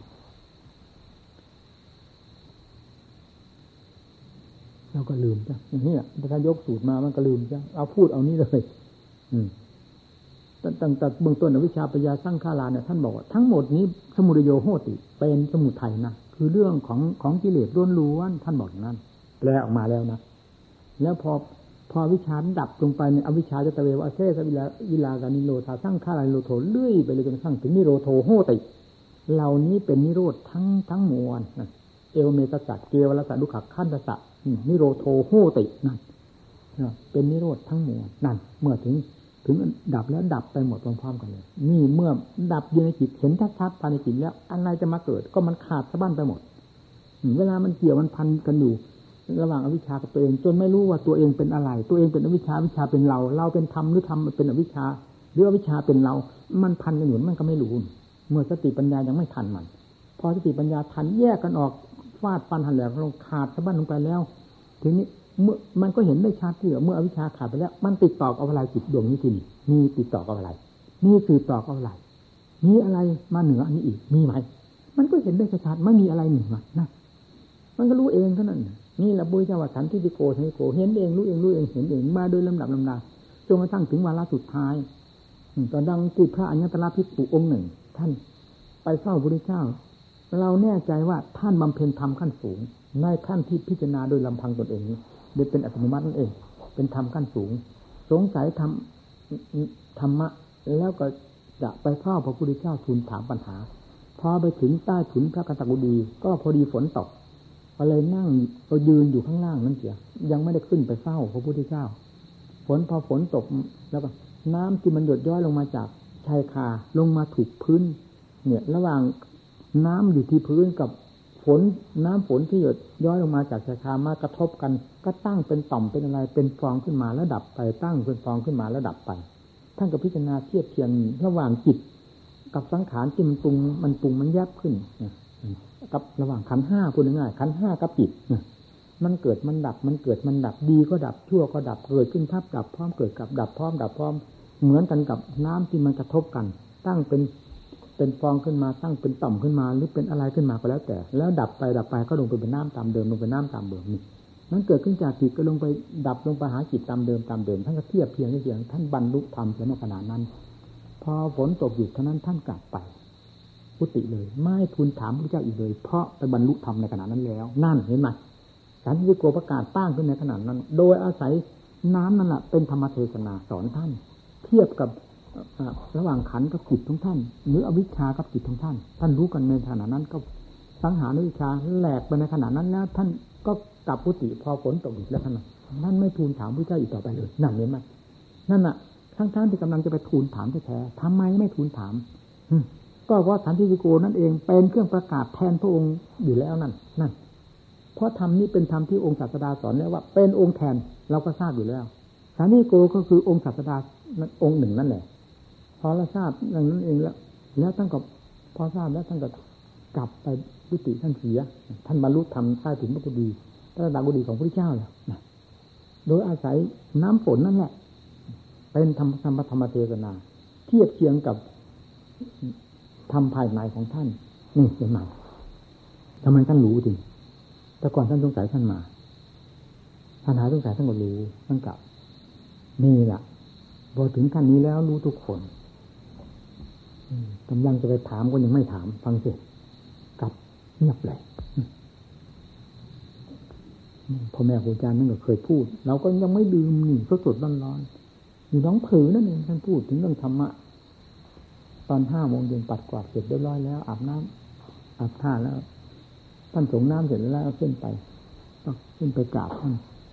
เราก็ลืมจ้ะอย่างนี้ถ้ายกสูตรมามันก็ลืมจ้ะเอาพูดเอานี้เลยอืมตั้งแต่เบื้องต้นอวิชชาปัญญาสร้างขาราเนี่ยท่านบอกว่าทั้งหมดนี้สมุทัยโยโหติเป็นสมุทัยนะคือเรื่องของของกิเลสล้วนๆท่านบอกอย่างนั้นแปลออกมาแล้วนะแล้วพอพอวิชาดับลงไปในอวิชชาจะตะเววะเสสวิลาวิลากานิโรธาสร้างขารานิโรโทเลื่อยไปเลยจนกระทั่งถึงนิโรโทโหติเหล่านี้เป็นนิโรธทั้งทั้งมวลเอวเมตสัจเกวรสัจดุขขันธสัจนิโรโทโหตินั่นเป็นนิโรธทั้งมวลนั่นเมื่อถึงถึงดับแล้วดับไปหมดพร้อมๆกันเลยนี่เมื่อดับอยู่ในจิตเห็นชัดๆภายในจิตแล้วอะไรจะมาเกิดก็มันขาดสะบั้นไปหมดเวลามันเกี่ยวมันพันกันอยู่ระหว่างอวิชชากับตัวเองจนไม่รู้ว่าตัวเองเป็นอะไรตัวเองเป็นอวิชชาวิชาเป็นเราเราเป็นธรรมหรือธรรมเป็นอวิชชาหรืออวิชชาเป็นเรามันพันกันอยู่มันก็ไม่รู้เมื่อสติปัญญายังไม่ทันมันพอสติปัญญาทันแยกกันออกฟาดฟันหันแหลกลงขาดสะบั้นลงไปแล้วทีนี้เมื่อมันก็เห็นได้ชัดที่เมื่ออวิชชาขาดไปแล้วมันติดต่อกับอะไรจิตดวงนี้ทีนี้มีติดต่อกับอะไรมีสืบต่อกับอะไรมีอะไรมาเหนืออันนี้อีกมีไหมมันก็เห็นได้ชัดไม่มีอะไรเหนือนะมันก็รู้เองเท่านั้นนี่แหละบุญเจ้าว่าสันติโกสันติโกเห็นเองรู้เองรู้เองเห็นเองมาโดยลำดับลำดาจนกระทั่งถึงวาระสุดท้ายตอนดังกุฎพระอัญญตระภิกษุองค์หนึ่งท่านไปเฝ้าพระพุทธเจ้าเราแน่ใจว่าท่านบำเพ็ญธรรมขั้นสูงในขั้นที่พิจารณาโดยลำพังตนเองโดยเป็นอัตโนมัตินั่นเองเป็นธรรมขั้นสูงสงสัยธรรมธรรมะแล้วก็จะไปเฝ้าพระพุทธเจ้าทูลถามปัญหาพอไปถึงใต้ถุนพระกันตกุฎีก็พอดีฝนตกก็เลยนั่งก็ยืนอยู่ข้างล่างนั่นเสียยังไม่ได้ขึ้นไปเฝ้าพระพุทธเจ้าฝนพอฝนตกแล้วก็น้ำที่มันหยดย้อยลงมาจากชายคาลงมาถูกพื้นเนี่ยระหว่างน้ำอยู่ที่พื้นกับฝนน้ำฝนที่หยดย้อยลงมาจากชายคามากระทบกันก็ตั้งเป็นต่อมเป็นอะไรเป็นฟองขึ้นมาแล้วดับไปตั้งเป็นฟองขึ้นมาแล้วดับไปท่านก็พิจารณาเทียบเทียงระหว่างจิตกับสังขารที่มันปรุงมันปรุงมันแยบขึ้นกับระหว่างขันธ์ห้าพูดง่ายๆขันธ์ห้ากับจิตมันเกิดมันดับมันเกิดมันดับดีก็ดับชั่วก็ดับเกิดขึ้นทับดับพร้อมเกิดกับดับพร้อมดับพร้อมเหมือนกันกับน้ำที่มันกระทบกันตั้งเป็นเป็นฟองขึ้นมาตั้งเป็นต่อมขึ้นมาหรือเป็นอะไรขึ้นมาก็แล้วแต่แล้วดับไปดับไปก็ลงไปเป็นน้ำตามเดิมลงไปน้ำตามเดิมนี่มันเกิดขึ้นจากจิตก็ลงไปดับลงไปหาจิตตามเดิมตามเดิมท่านก็เทียบเทียงเทียงท่านบรรลุธรรมในขณะนั้นพอฝนตกหยุดเท่านั้นท่านกลับไปกุฏิเลยไม่ทูลถามพระเจ้าอีกเลยเพราะไปบรรลุธรรมในขณะนั้นแล้วนั่นเห็นไหมสันติโกประกาศตั้งขึ้นในขณะนั้นโดยอาศัยน้ำนั่นแหละเป็นธรรมเทศนาสอนท่านเทียบกับระหว่างขันธ์กับจิตของท่านหรืออวิชชากับจิตของท่านท่านรู้กันในขณะนั้นก็สังหารวิชาแหลกไปในขณะนั้นแล้วท่านก็กลับกุฏิพอฝนตกอีกแล้วท่านท่านไม่ทูลถามพระเจ้าอีกต่อไปเลยนั่นเห็นไหมนั่นน่ะทั้งๆที่กำลังจะไปทูลถามแท้ๆทำไมไม่ทูลถามก็เพราะสันติโกนั่นเองเป็นเครื่องประกาศแทนพระองค์อยู่แล้วนั่นนั่นเพราะธรรมนี้เป็นธรรมที่องค์ศาสดาสอนแล้วว่าเป็นองค์แทนเราก็ทราบอยู่แล้วสันติโกก็คือองค์ศาสดาองค์หนึ่งนั่นแหละพอเราทราบอย่างนั้นเองแล้วแล้วท่านก็พอทราบแล้วท่านก็กลับไปกุฏิท่านเสียท่านบรรลุธรรมใต้ถึงพระกุฎีพระดากุฎีของพระพุทธเจ้าแล้วโดยอาศัยน้ำฝนนั่นแหละเป็นธรรมธรรมธรรมเทศนาเทียบเคียงกับธรรมภายในของท่านนี่เป็นไงทำไมท่านรู้จริงแต่ก่อนท่านสงสัยท่านมาท่านหาสงสัยท่านก็รู้ท่านกลับนี่แหละพอถึงขั้นนี้แล้วรู้ทุกคนกำลังจะไปถามก็ยังไม่ถามฟังเสียกลับเงียบเลยพ่อแม่ครูอาจารย์นั่นก็เคยพูดเราก็ยังไม่ดื่มนี่ก็สดร้อนๆอยู่น้องผือนั่นเองท่านพูดถึงเรื่องธรรมะตอนห้าโมงเย็นปัดกวาดเสร็จเรียบร้อยแล้วอาบน้ำอาบท่าแล้วท่านส่งน้ำเสร็จแล้วขึ้นไปก็ขึ้นไปกราบท่าน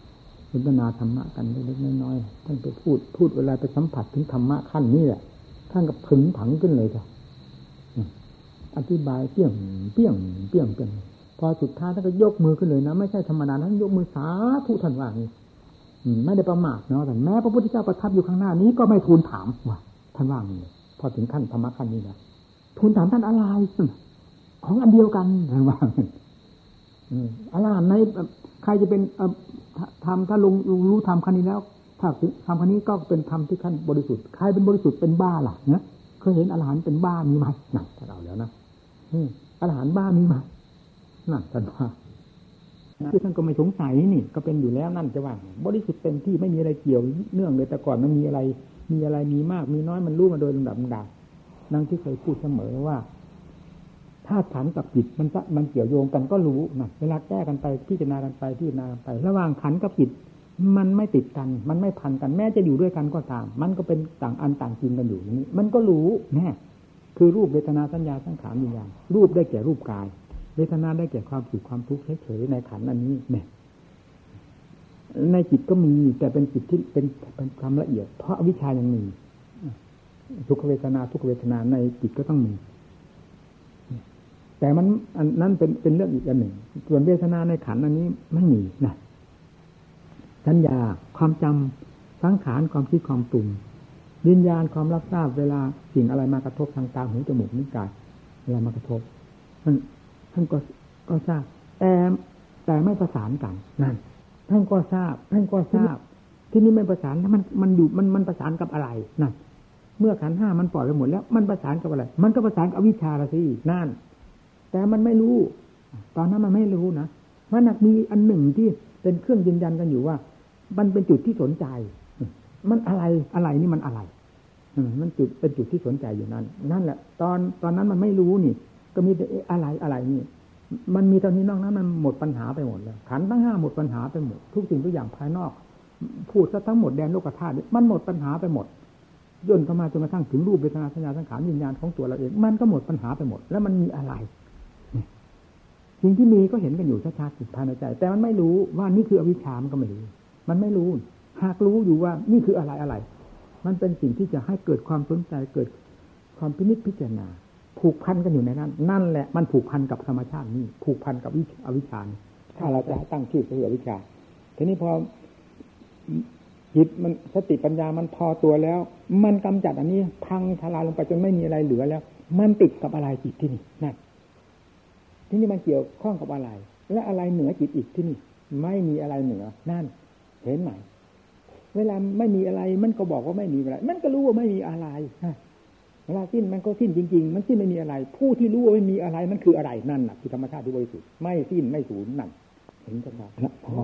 สนทนาธรรมะกันเล็กๆน้อยๆท่านไปพูดพูดเวลาไปสัมผัสถึงธรรมะขั้นนี้แหละท่านก็ผึ่งผังขึ้นเลยจ้ะอธิบายเปี้ยงเปี้ยงเปี้ยงเปี้ยงพอสุดท้ายท่านก็ยกมือขึ้นเลยนะไม่ใช่ธรรมดาท่านยกมือสาธุท่านว่างี้ไม่ได้ประมาทเนาะแต่แม้พระพุทธเจ้าประทับอยู่ข้างหน้านี้ก็ไม่ทูลถามว่าท่านว่างี้พอถึงขั้นธรรมะขั้นนี้นะทูลถามท่านอะไรของอันเดียวกันท่านว่าอะไรในใครจะเป็นทำถ้าลงรู้ทำขั้นนี้แล้วถ้าทำขั้นนี้ก็เป็นธรรมที่ขั้นบริสุทธิ์ใครเป็นบริสุทธิ์เป็นบ้าล่ะเนี่ยเคยเห็นอรหันต์เป็นบ้ามีไหมนั่นท่านเอาแล้วนะอรหันต์บ้ามีไหมนั่นท่านว่าที่ท่านก็ไม่สงสัยนี่ก็เป็นอยู่แล้วนั่นจะว่าบริสุทธิ์เต็มที่ไม่มีอะไรเกี่ยวเนื่องเลยแต่ก่อนมันมีอะไรมีอะไรมีมากมีน้อยมันรู้มาโดยลำดับลำดับดังที่เคยพูดเสมอว่าถ้าขันกับจิตมันมันเกี่ยวโยงกันก็รู้นะเวลาแก้กันไปพิจารณากันไปพิจารณากันไประหว่างขันกับจิตมันไม่ติดกันมันไม่พันกันแม้จะอยู่ด้วยกันก็ตามมันก็เป็นต่างอันต่างจริงกันอยู่อย่างนี้มันก็รู้แน่คือรูปเวทนาสัญญาสังขารวิญญาณรูปได้แก่รูปกายเวทนาได้แก่ความสุขความทุกข์เฉยๆในขันอันนี้เนี่ยในจิตก็มีแต่เป็นจิตที่เป็นเป็นความละเอียดเพราะอวิชชายังมีทุกขเวทนาทุกขเวทนาในจิตก็ต้องมีแต่มันอันนั้นเป็นเป็นเรื่องอีกอันหนึ่งส่วนเวทนาในขันอันนี้ไม่มีนะสัญญาความจำสังขารความคิดความปรุงวิญญาณความรับทราบเวลาสิ่งอะไรมากระทบทางตาหูจมูกนิ้วกายเวลามากระทบท่านท่านก็ก็ทราบแต่แต่ไม่ประสานกันนั่นท่านก็ทราบท่านก็ทราบที่นี่ไม่ประสานแล้วมันมันอยู่มันมันประสานกับอะไรนั่นเมื่อขันธ์ห้ามันปล่อยไปหมดแล้วมันประสานกับอะไรมันก็ประสานกับอวิชชาละสินั่นแต่มันไม่รู้ตอนนั้นมันไม่รู้นะมันมีอันหนึ่งที่เป็นเครื่องยืนยันกันอยู่ว่ามันเป็นจุดที่สนใจมันอะไรอะไรนี่มันอะไรมันจุดเป็นจุดที่สนใจอยู่นั่นนั่นแหละตอนตอนนั้นมันไม่รู้นี่ก็มีแต่อะไรอะไรนี่มันมีตอนนี้นอกนั้นมันหมดปัญหาไปหมดแล้วขันธ์ทั้งห้าหมดปัญหาไปหมดทุกสิ่งทุกอย่างภายนอกพูดซะทั้งหมดแดนโลกธาตุมันหมดปัญหาไปหมดย่นเข้ามาจนกระทั่งถึงรูปเวทนาสัญญาสังขารวิญญาณของตัวเราเองมันก็หมดปัญหาไปหมดแล้วมันมีอะไรสิ่งที่มีก็เห็นกันอยู่ชัดๆภายในใจแต่มันไม่รู้ว่านี่คืออวิชชามันก็ไม่รู้มันไม่รู้หากรู้อยู่ว่านี่คืออะไรอะไรมันเป็นสิ่งที่จะให้เกิดความสนใจเกิดความพินิจพิจารณาผูกพันกันอยู่ในนั้นนั่นแหละมันผูกพันกับธรรมชาตินี่ผูกพันกับอวิชชาถ้าเราจะตั้งชื่อคืออวิชชาทีนี้พอจิตมันสติปัญญามันพอตัวแล้วมันกำจัดอันนี้พังทลายลงไปจนไม่มีอะไรเหลือแล้วมันติดกับอะไรจิตที่นี่นั่นที่นี่มันเกี่ยวข้องกับอะไรและอะไรเหนือจิตอีกที่นี่ไม่มีอะไรเหนือนั่นเห็นไหมเวลาไม่มีอะไรมันก็บอกว่าไม่มีอะไรมันก็รู้ว่าไม่มีอะไรเวลาสิ้นมันก็สิ้นจริงๆมันสิ้นไม่มีอะไรผู้ที่รู้ว่าไม่มีอะไรนั่นคืออะไรนั่นน่ะคือธรรมชาติที่บริสุทธิ์ไม่สิ้นไม่สูญนั่นเห็นชัดๆพอ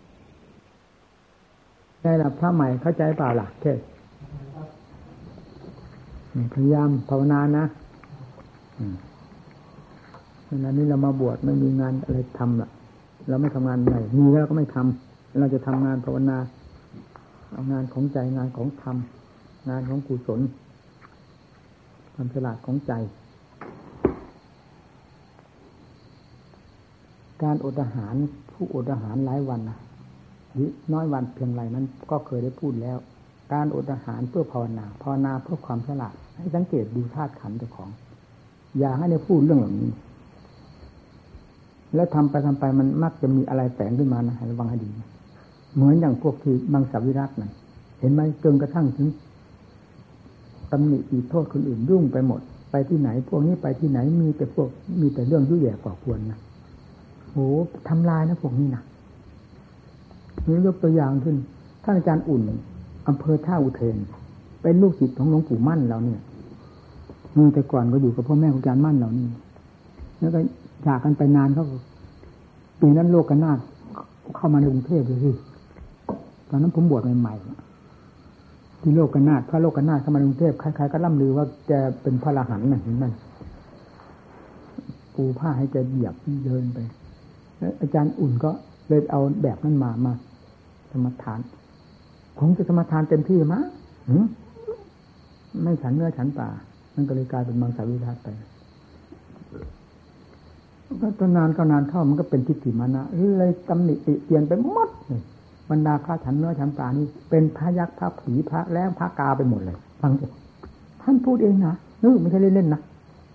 ได้ละพระใหม่เข้าใจเปล่าล่ะเทศพยายามภาวนานะเวลานี้เรามาบวชไม่มีงานอะไรทำล่ะเราไม่ทำงานไหนมีแล้วก็ไม่ทำเราจะทำงานภาวนาเอางานของใจงานของธรรมงานของกุศลความฉลาดของใจการอดอาหารผู้อดอาหารหลายวันน้อยวันเพียงไรนั้นก็เคยได้พูดแล้วการอดอาหารเพื่อภาวนาภาวนาเพื่อความฉลาดให้สังเกตดูธาตุขันธ์เจ้าของอย่าให้ได้พูดเรื่องเหล่านี้แล้วทำไปทำไปมันมักจะมีอะไรแฝงขึ้นมานะให้ระวังให้ดีเหมือนอย่างพวกที่มังสวิรัตินั่นเห็นไหมจนกระทั่งถึงตำหนิตีโทษคนอื่นยุ่งไปหมดไปที่ไหนพวกนี้ไปที่ไหนมีแต่พวกมีแต่เรื่องยุ่ยแย่ก่อควรนะโหทำลายนะพวกนี้นะนี่ยกตัวอย่างขึ้นท่านอาจารย์อุ่นอำเภอท่าอุเทนเป็นลูกศิษย์ของหลวงปู่มั่นเราเนี่ยแต่ก่อนก็อยู่กับพ่อแม่ของอาจารย์มั่นเรานี่แล้วก็จากกันไปนานเขาปีนั้นโลกนาถเข้ามาในกรุงเทพเลยสิตอนนั้นผมบวชใหม่ๆที่โลกนาถพระโลกนาถเข้ามาในกรุงเทพใครๆก็ล่ำลือว่าแกเป็นพระอรหันต์นั่นนั่นปูผ้าให้แกเหยียบเดินไปแล้วอาจารย์อุ่นก็เลยเอาแบบนั้นมามาสมทานคงจะสมทานเต็มที่มั้งไม่ฉันเนื้อฉันป่ามันก็เลยกลายเป็นมังสวิรัติไปก็นานก็นานเข้ามันก็เป็นทิฏฐิมานะเลยตำหนิติเตียนไปหมดเลยบรรดาพระฉันเนื้อฉันปลานี่เป็นพระยักษ์พระผีพระแล้งพระกาไปหมดเลยฟังสิท่านพูดเองนะนึกไม่ใช่เล่นๆนะ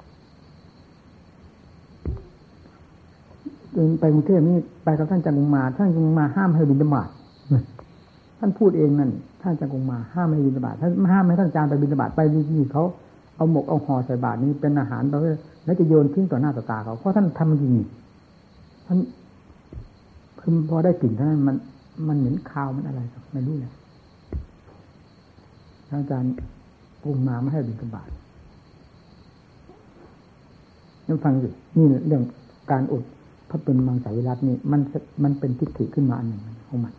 เดินไปกรุงเทพนี่ไปกับท่านจังกงมาท่านจังกงมาห้ามให้บิณฑบาตท่านพูดเองนั่นท่านจังกงมาห้ามให้บิณฑบาตท่านห้ามให้ท่านอาจารย์ไปบิณฑบาตไปนี่เขาเอาหมกเอาห่อใส่บาตรนี้เป็นอาหารไปแล้วจะโยนทิ้งต่อหน้าต่อตาเขาเพราะท่านทำมันจริงท่านคือพอได้กลิ่นเท่านั้นมันมันเหม็นคาวมันอะไรไม่รู้เลยท่านอาจารย์ปรุงมาไม่ให้บิณฑบาตนั่นฟังสินี่เรื่องการอดพระเป็นมังสวิรัตินี่มันมันเป็นทิฏฐิขึ้นมาอันหนึ่งของมัน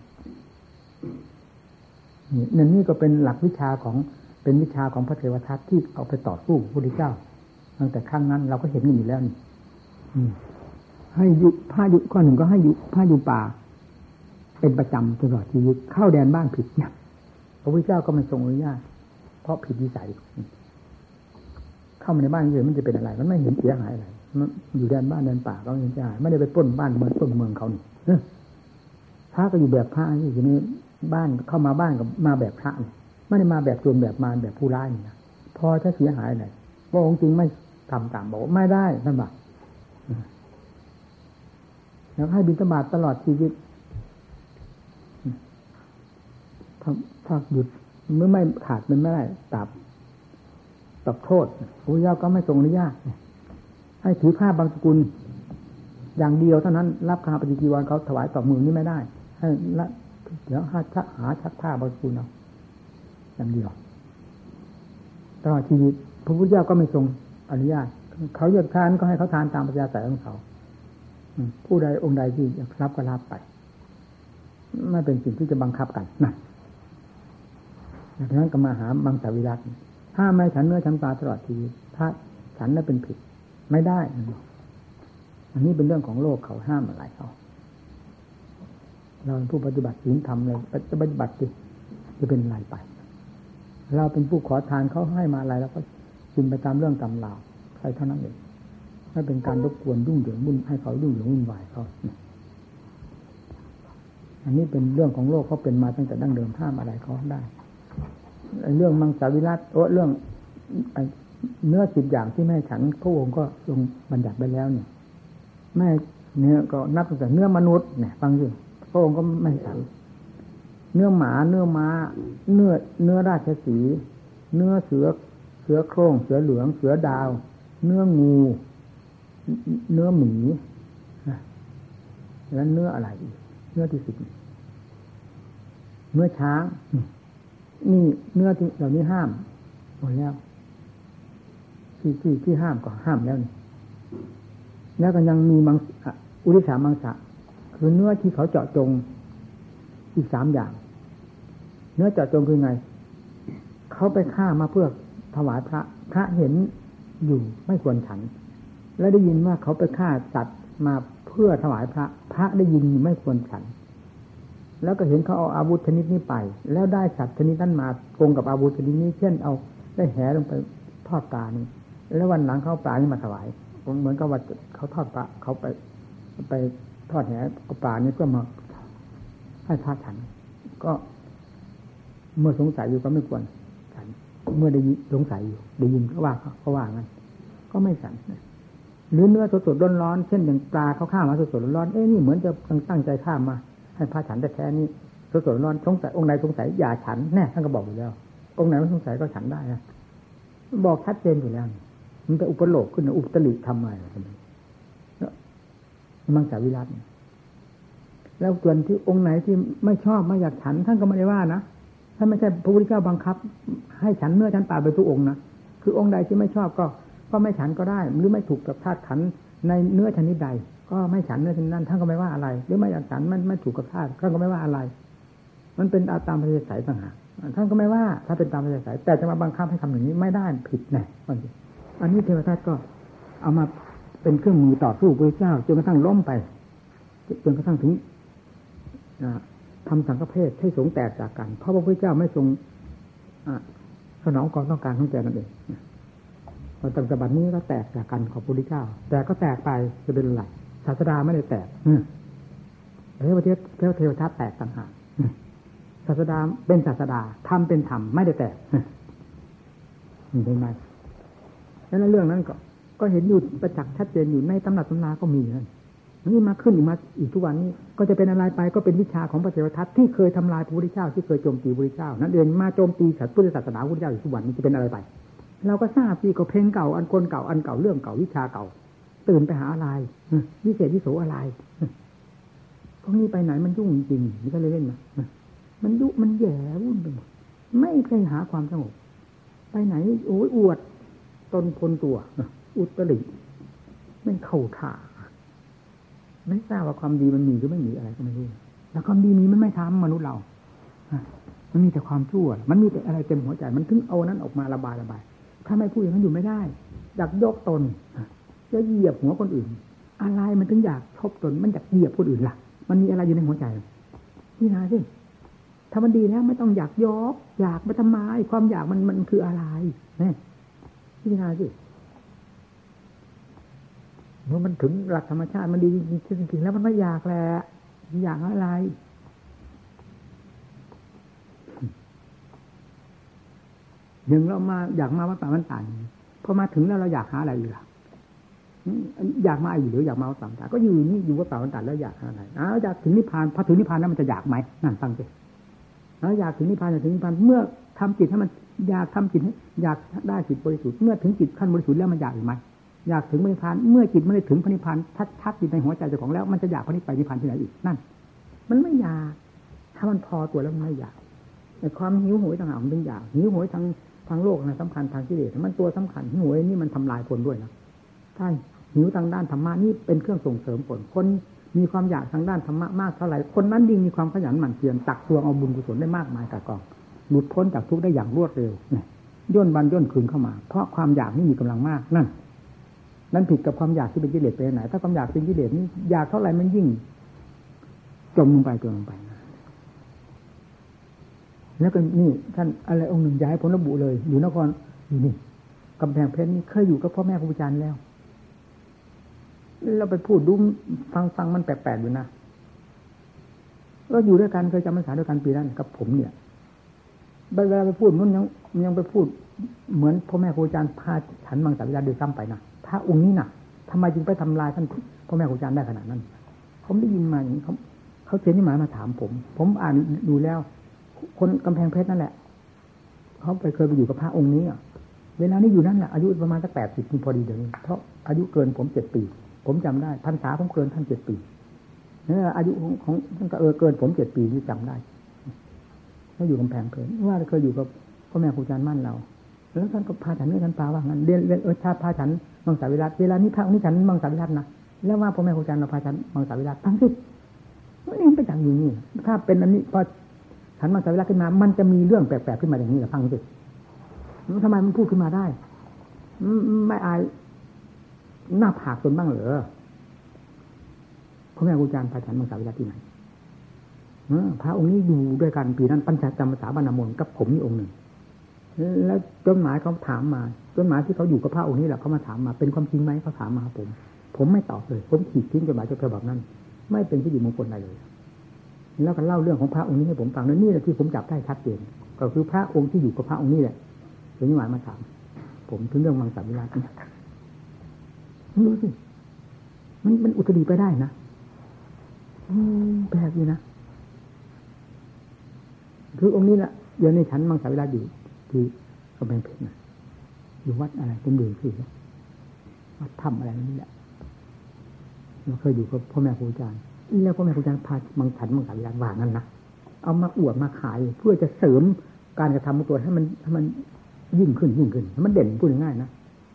นี่นั่นนี่ก็เป็นหลักวิชาของเป็นวิชาของพระเทวทัตที่เอาไปต่อสู้พระพุทธเจ้าตั้งแต่ครั้งนั้นเราก็เห็นกันอยู่แล้วนี่ให้อยู่ผ้าอยู่ข้อหนึ่งก็ให้อยู่ผ้าอยู่ป่าเป็นประจำตลอดชีวิตเข้าแดนบ้านผิดเนี่ยพระพุทธเจ้าก็ไม่ทรงอนุญาตเพราะผิดวิสัยเข้ามาในบ้านเฉยมันจะเป็นอะไรมันไม่เห็นเสียหายอะไรมันอยู่แดนบ้านแดนป่าก็ไม่เห็นเสียหายไม่ได้ไปปล้นบ้านเมืองปล้นเมืองเขานี่พระก็อยู่แบบพระอยู่ในบ้านเข้ามาบ้านกับมาแบบพระนี่ไม่ได้มาแบบโจรแบบมารแบบผู้ร้ายนี่นะพอถ้าเสียหายอะไรพระองค์จริงไม่ทำตามบอกไม่ได้ท่านบอกแล้วให้บิณฑบาตตลอดชีวิตถ้าถ้าหยุดเมื่อไม่ขาดเป็นไม่ได้ตับตับโทษพระเจ้าก็ไม่ทรงอนุญาตให้ถือผ้าบางสกุลอย่างเดียวเท่านั้นรับคาปฏิจีวรเขาถวายต่อมือนี่ไม่ได้ให้ละเดี๋ยวหาชักหาชักผ้าบางสกุลเอาอย่างเดียวตลอดชีวิตพระพุทธเจ้าก็ไม่ทรงอนุญาตเขาอยากทานก็ให้เขาทานตามปัญญาสายของเขาผู้ใดองค์ใดที่อยากรับก็รับไปไม่เป็นสิ่งที่จะบังคับกันนะดังนั้นก็มาหามังสวิรัติถ้าไม่ฉันเนื้อฉันปลาตลอดชีวิตถ้าฉันนั้นเป็นผิดไม่ได้อันนี้เป็นเรื่องของโลกเขาห้ามอะไรเขาเราเป็นผู้ปฏิบัติศีลธรรมเลยจะปฏิบัติจะเป็นอะไรไปเราเป็นผู้ขอทานเขาให้มาอะไรแล้วก็กินไปตามเรื่องตามราวใครเท่านั้นเองไม่เป็นการรบกวนยุ่งเหยิงวุ่นให้เขายุ่งเหยิงวุ่นวายเขาอันนี้เป็นเรื่องของโลกเขาเป็นมาตั้งแต่ดั้งเดิมห้ามอะไรเขาได้เรื่องมังสวิรัติโอ้เรื่องเนื้อสิบอย่างที่แม่ฉันพระองค์ก็ลงบัญญัติไปแล้วเนี่ยแม่เนื้อก็นับตั้งแต่เนื้อมนุษย์เนี่ยฟังสิพระองค์ก็ไม่ฉันเนื้อหมาเนื้อม้าเนื้อเนื้อราชสีห์เนื้อเสือเสือโคร่งเสือเหลืองเสือดาวเนื้องูเนื้อหมีแล้วเนื้ออะไรอีกเนื้อที่สิบเนื้อช้างนี่เนื้อที่เหล่านี้ห้ามหมดแล้วที่ที่ที่ห้ามก็ห้ามแล้วนี่แล้วก็ยังมีมังอุริสามังสะคือเนื้อที่เขาเจาะจงอีกสามอย่างเนื้อเจาะจงคือไงเขาไปฆ่ามาเพื่อถวายพระพระเห็นอยู่ไม่ควรฉันแล้วได้ยินว่าเขาไปฆ่าสัตว์มาเพื่อถวายพระพระได้ยินไม่ควรฉันแล้วก็เห็นเขาเอาอาวุธชนิดนี้ไปแล้วได้สัตว์ชนิดนั้นมาโกงกับอาวุธชนิดนี้เช่นเอาได้แหลงไปทอดปลานี่แล้ววันหลังเขาปลานี่มาถวายเหมือนกับว่าเขาทอดปลาเขาไปไปทอดแหเอาปลานี่เพื่อมาให้พระฉันก็เมื่อสงสัยอยู่ก็ไม่ควรฉันเมื่อได้สงสัยอยู่ได้ยินเขาว่าเขาว่างั้นก็ไม่ฉันหรือเนื้อสดๆร้อนๆเช่นอย่างปลาเขาฆ่ามาสดๆร้อนๆเอ๊ะนี่เหมือนจะตั้งใจฆ่ามาให้พระฉันแต่แท้นี่สดๆร้อนสงสัยองค์ใดสงสัยอย่าฉันแน่ท่านก็บอกอยู่แล้วองค์ไหนไม่สงสัยก็ฉันได้นะบอกชัดเจนอยู่แล้วมันเป็นอุปโลกขึ้นอุปตริทำไมมังสวิรัติแล้วส่วนที่องค์ไหนที่ไม่ชอบไม่อยากฉันท่านก็ไม่ได้ว่านะท่านไม่ใช่พระพุทธเจ้าบังคับให้ฉันเนื้อฉันปลาไปทุกองค์นะคือองค์ใดที่ไม่ชอบก็ก็ไม่ฉันก็ได้หรือไม่ถูกกับธาตุขันธ์ในเนื้อชนิดใดก็ไม่ฉันเนื้อชนิดนั้นท่านก็ไม่ว่าอะไรหรือไม่อยากฉันมันไม่ถูกกับธาตุท่านก็ไม่ว่าอะไรมันเป็นตามพระเจสัยต่างหากท่านก็ไม่ว่าถ้าเป็นตามพระเจสัยแต่จะมาบังคับให้ทำอย่างนี้ไม่ได้ผิดแน่อันนี้เทวทัตก็เอามาเป็นเครื่องมือต่อสู้พระเจ้าจนกระทั่งล้มไปจนกระทั่งถึงทำสังฆเพศให้สงฆ์แตกจากกันเพราะพระพุทธเจ้าไม่ทรงสนองความต้องการของใจนั่นเองตอนตั้งแต่บัดนี้ก็แตกจากกันของพระพุทธเจ้าแต่ก็แตกไปจะเป็นอะไรศาสดาไม่ได้แตกเทวเทวเทวทัตแตกต่างหากศาสดาเป็นศาสดาธรรมเป็นธรรมไม่ได้แตกนี่เป็นไงแล้วเรื่องนั้นก็ก็เห็นอยู่ประจักษ์ชัดเจนอยู่ในตำหนักตำราก็มีนั่นนี่มาขึ้นอีกมาอีกทุกวันนี้ก็จะเป็นอะไรไปก็เป็นวิชาของพระเทวทัตที่เคยทำลายพระพุทธเจ้าที่เคยโจมตีพระพุทธเจ้านั่นเองมาโจมตีพุทธศาสนาพระพุทธเจ้าอยู่ทุกวันนี้จะเป็นอะไรไปเราก็ทราบที่ก็เพลงเก่าอันคนเก่าอันเก่าเรื่องเก่าวิชาเก่าตื่นไปหาอะไรวิเศษวิโสอะไรพวกนี้ไปไหนมันยุ่งจริงนี่ก็เลยเล่นมามันยุ่มันแย่วุ่นไปหมดไม่เคยหาความสงบไปไหนโอ้ยอวดตนพลตัวอุตริไม่เข้าท่าไม่ทราบว่าความดีมันมีหรือไม่มีอะไรก็ไม่รู้แล้วความดีมีมันไม่ทำมนุษย์เรามันมีแต่ความชั่วมันมีแต่อะไรเต็มหัวใจมันถึงเอานั้นออกมาระบายระบายถ้าไม่พูดอย่างนั้นอยู่ไม่ได้อยากยกตนจะเหยียบหัวคนอื่นอะไรมันถึงอยากทบตนมันอยากเหยียบคนอื่นล่ะมันมีอะไรอยู่ในหัวใจนี่นะสิถ้ามันดีแล้วไม่ต้องอยากยกอยากไปทำไมความอยากมันมันคืออะไรเนี่ยนี่นะสิเมื่อมันถึงหลักธรรมชาติมันดีจริงๆแล้วมันไม่อยากแหละอยากอะไรอย่างเรามาอยากมาวัดป่ามันต่างพอมาถึงแล้วเราอยากหาอะไรอีกล่ะอยากมาอีกหรืออยากมาวัดป่ามันต่างก็อยู่นี่อยู่วัดป่ามันต่างแล้วอยากอะไรอ้าวอยากถึงนิพพานพอถึงนิพพานแล้วมันจะอยากไหมนั่นฟังสิแล้วอยากถึงนิพพานอยากถึงนิพพานเมื่อทำจิตให้มันอยากทำจิตให้อยากได้จิตบริสุทธิ์เมื่อถึงจิตขั้นบริสุทธิ์แล้วมันอยากอีกไหมอยากถึงพระนิพพานเมื่อจิตไม่ได้ถึงพระนิพพานชัดๆอยู่ในหัวใจเจ้าของแล้วมันจะอยากพระนิพพานนิพพานที่ไหนอีกนั่นมันไม่อยากถ้ามันพอตัวแล้วมันไม่อยากแต่ความหิวโหยต่างหากมันเป็นอยากหิวโหยทางทางโลกนะสำคัญทางกิเลสมันตัวสำคัญหิวโหยนี่มันทำลายคนด้วยนะถ้าหิวทางด้านธรรมะนี่เป็นเครื่องส่งเสริมผลคนมีความอยากทางด้านธรรมะมากเท่าไหร่คนนั้นยิ่งมีความขยันหมั่นเพียรตักตวงเอาบุญกุศลได้มากมายกะกองหลุดพ้นจากทุกข์ได้อย่างรวดเร็วเนี่ยย่นบันย่นคืนเข้ามาเพราะความอยากนี่มีกำลังมากนั่นนั่นผิดกับความอยากที่เป็นกิเลสไปไหนถ้าความอยากเป็นกิเลสนี่อยากเท่าไหร่มันยิ่งจมลงไปจมลงไปนะแล้วก็นี่ท่านอะไรองค์หนึ่งย้ายผลระบุเลยอยู่นครอยู่นี่กำแพงเพชรนี่เคยอยู่กับพ่อแม่ครูอาจารย์แล้วเราไปพูดดูฟังฟังมันแปลกๆอยู่นะก็อยู่ด้วยกันเคยจำพรรษาด้วยกันปีนั้นกับผมเนี่ยเวลาไปพูดนู้นยังยังไปพูดเหมือนพ่อแม่ครูอาจารย์พาฉันมังสวิรัติด้วยซ้ำไปนะพระองค์นี้น่ะทำไมจึงไปทำลายท่านพ่อแม่ครูอาจารย์ได้ขนาดนั้นผมได้ยินมาอย่างนี้เขาเขาเขียนนิหมายมาถามผมผมอ่านดูแล้วคนกำแพงเพชรนั่นแหละเขาไปเคยไปอยู่กับพระองค์นี้เวลานี้อยู่นั่นแหละอายุประมาณสักแปดสิบพอดีเดี๋ยวนี้เพราะอายุเกินผมเจ็ดปีผมจำได้พรรษาผมเกินท่านเจ็ดปีเนี่ยอายุของของท่านก็เออเกินผมเจ็ดปีนี่จำได้แล้วอยู่กำแพงเพชรว่าเคยอยู่กับพ่อแม่ครูอาจารย์มั่นเราแล้วท่านก็พาฉันด้วยกันปาว่างั้นเรียนเรียนเออชาพาฉันมังสวิรัติเวลานี้พระองค์นี้ฉันมังสวิรัตินะแล้วว่าพ่อแม่ครูอาจารย์เราพาฉันมังสวิรัติทั้งสิ้นนี่ไปจากอยู่นี่ถ้าเป็นอันนี้พอฉันมังสวิรัติขึ้นมามันจะมีเรื่องแปลกๆขึ้นมาอย่างนี้เหรอฟังสิทำไมมันพูดขึ้นมาได้ไม่อายหน้าผากตนบ้างเหรอพ่อแม่ครูอาจารย์พาฉันมังสวิรัติที่ไหนพระองค์นี้อยู่ด้วยกันปีนั้นปัญจจำพรรษาบรรณมนต์กับผมนี่องค์หนึ่งแล้วจดหมายเขาถามมาจดหมายที่เขาอยู่กับพระองค์นี้แหละเขามาถามมาเป็นความจริงไหมเขาถามมาผมผมไม่ตอบเลยผมขีดทิ้งจดหมายฉบับนั้นไม่เป็นที่ดีมงคลอะไรเลยแล้วก็เล่าเรื่องของพระองค์นี้ให้ผมฟังนั่นนี่แหละที่ผมจับได้ชัดเจนก็คือพระองค์ที่อยู่กับพระองค์นี้แหละจดหมายมาถามผมถึงเรื่องมังสวิรัตินี่รู้สิมันมันอุตริไปได้นะแปลกดีนะคือองค์นี้แหละเดี๋ยวในชั้นมังสวิรัติอยู่ที่กำแพงเพชรนะอยู่วัดอะไรเป็นเดือนสี่วัดถ้ำอะไรนี่แหละเราเคยอยู่กับพ่อแม่ครูอาจารย์แล้วพ่อแม่ครูอาจารย์พามังฉันมังสวิรัติว่างั้นนะเอามาอวดมาขายเพื่อจะเสริมการกระทำของตัวให้มันให้มันยิ่งขึ้นยิ่งขึ้นมันเด่นพูดง่ายๆนะ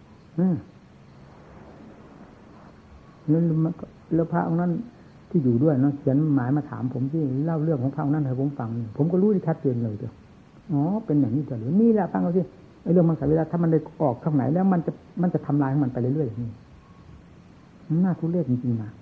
แล้วแล้วพระองค์นั้นที่อยู่ด้วยเนาะเขียนหมายมาถามผมที่เล่าเรื่องของพระองค์นั้นให้ผมฟังผมก็รู้ที่ชัดเจนเลยเดียวอ๋อเป็นอย่างนี้เถอะหรือนี่แหละฟังเอาสิไอ้เรื่องมังสวิรัติถ้ามันได้ออกทางไหนแล้วมันจะมันจะทำลายของมันไปเรื่อยๆอย่างนี้น่าทุเรศจริงๆนะ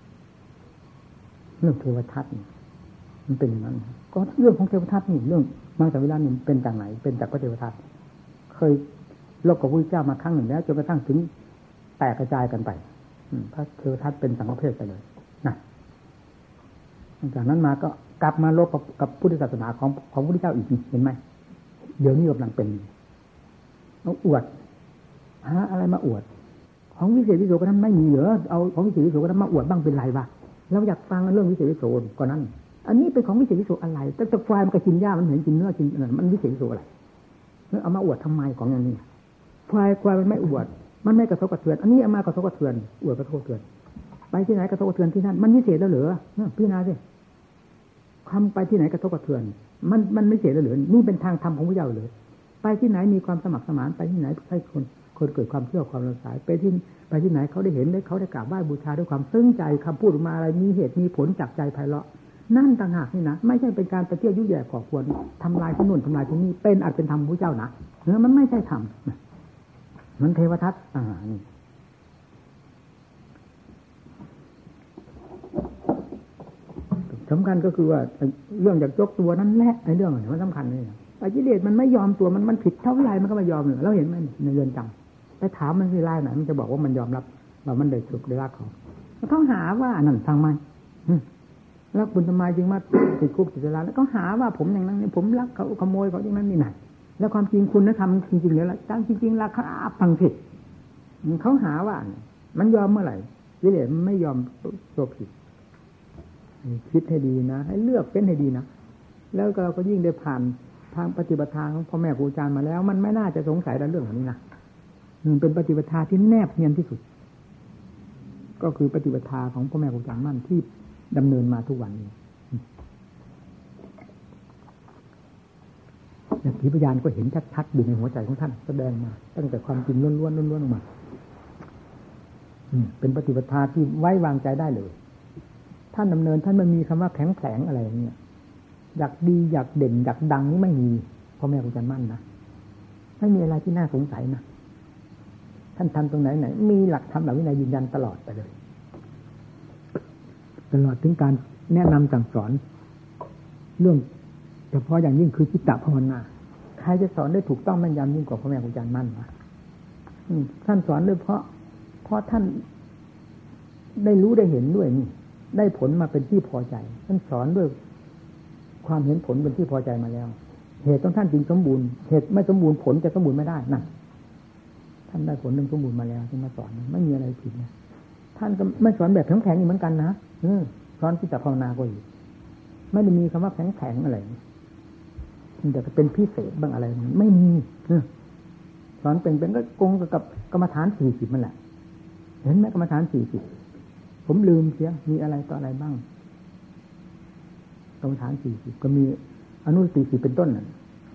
เรื่องเทวทัตนี่มันเป็นอย่างนั้นก็เรื่องของเทวทัตนี่เรื่องมังสวิรัตินี่เป็นจากไหนเป็นจากพระเทวทัตเคยโลกกับพระพุทธเจ้ามาครั้งหนึ่งแล้วจนกระทั่งถึงแตกกระจายกันไปพระเทวทัตเป็นสังฆเพศไปเลยนะจากนั้นมาก็กลับมาลบกับพุทธศาสนาของของพระพุทธเจ้าอีกเห็นไหมเดี๋ยวนี้กำลังเป็นเอาอวดหาอะไรมาอวดของวิเศษวิโสก็นั้นไม่มีเหรอเอาของวิเศษวิโสก็นั้นมาอวดบ้างเป็นไรวะเราอยากฟังเรื่องวิเศษวิโสก็นั้นอันนี้เป็นของวิเศษวิโสอะไรแต่แต่ควายมันก็กินหญ้ามันเห็นกินเนื้อกินอะไรมันวิเศษวิโสอะไรเอามาอวดทำไมของอย่างนี้ควายควายมันไม่อวดมันไม่กระทบกระเทือนอันนี้เอามากระทบกระเทือนอวดกระทบกระเทือนไปที่ไหนกระทบกระเทือนที่นั่นมันวิเศษแล้วเหรอพี่นาสิทำไปที่ไหนกระทบกระเทือนมันมันไม่เสียแล้วเหรอนี่เป็นทางธรรมของพระเจ้าเลยไปที่ไหนมีความสมัครสมานไปที่ไหนให้คนคนเกิดความเชื่อความรักษาไปที่ไปที่ไหนเขาได้เห็นได้เขาได้กราบไหว้บูชาด้วยความซึ้งใจคำพูดออกมาอะไรมีเหตุมีผลจากใจไพเราะนั่นต่างหากนี่นะไม่ใช่เป็นการไปเที่ยวยุ่ยแย่ก่อควรทำลายที่นู่นทำลายที่นี่เป็นอาจเป็นธรรมพระเจ้านะเออมันไม่ใช่ธรรมมันเทวทัตอ่านี่สำคัญก็คือว่าเรื่องอยากยกตัวนั้นแหละไอ้เรื่องอะไรมันสำคัญเลยไอ้กิเลสมันไม่ยอมตัวมันมันผิดเท่าไรมันก็ไม่ยอมเลยเราเห็นไหมในเรือนจำไปถามมันสิไล่ไหนมันจะบอกว่ามันยอมรับว่ามันได้สุขได้รักเขาเขาหาว่านั่นฟังไหมแล้วคุณทำไมจึงมาติดคุกติดตารางแล้วก็หาว่าผมอย่างนั้นผมรักเขาขโมยเขาอย่างนั้นนี่ไหนแล้วความจริงคุณธรรมจริงๆแล้วตั้งจริงๆราคาฟังผิดเขาหาว่ามันยอมเมื่อไหร่กิเลสมันไม่ยอมตัวผิดคิดให้ดีนะให้เลือกเป็นให้ดีนะแล้วเราก็ยิ่งได้ผ่านทางปฏิบัติทางของพ่อแม่ครูอาจารย์มาแล้วมันไม่น่าจะสงสัยในเรื่องเหล่านี้นะมันเป็นปฏิบัติทางที่แนบเนียนที่สุดก็คือปฏิบัติทางของพ่อแม่ครูอาจารย์มั่นที่ดำเนินมาทุกวันนี้อย่างผีพยานก็เห็นชัดๆอยู่ในหัวใจของท่านแสดงมาตั้งแต่ความจริงล้วนๆล้วนๆออกมาเป็นปฏิบัติทางที่ไว้วางใจได้เลยท่านดำเนินท่านไม่มีคำว่าแผลงแผลงอะไรอย่างเงี้ยอยากดีอยากเด่นอยากดังนี่ไม่มีพ่อแม่ครูอาจารย์มั่นนะไม่มีอะไรที่น่าสงสัยนะท่านทำตรงไหนไหนมีหลักธรรมหลักวินัยยืนยันตลอดไปเลยตลอดถึงการแนะนำสั่งสอนเรื่องเฉพาะอย่างยิ่งคือจิตตภาวนาใครจะสอนได้ถูกต้องแม่นยำยิ่งกว่าพ่อแม่ครูอาจารย์มั่นวะท่านสอนด้วยเพราะเพราะท่านได้รู้ได้เห็นด้วยนี่ได้ผลมาเป็นที่พอใจท่านสอนด้วยความเห็นผลเป็นที่พอใจมาแล้วเหตุของท่านจึงสมบูรณ์เหตุไม่สมบูรณ์ผลจะสมบูรณ์ไม่ได้นั่นท่านได้ผลหนึ่งสมบูรณ์มาแล้วจึงมาสอนไม่มีอะไรผิดนะท่านก็ไม่สอนแบบแข็งๆอีกเหมือนกันนะสอนจิตตภาวนาก็อีกไม่ได้มีคำว่าแข็งๆอะไรมันจะเป็นพิเศษบ้างอะไรไม่มีสอนเป็นเป็นก็กงกับกรรมฐานสี่สิบมันแหละเห็นไหมกรรมฐานสี่สิบผมลืมเสียมีอะไรต่ออะไรบ้างกรรมฐานสี่สิบก็มีอนุสติสี่เป็นต้นน่ะ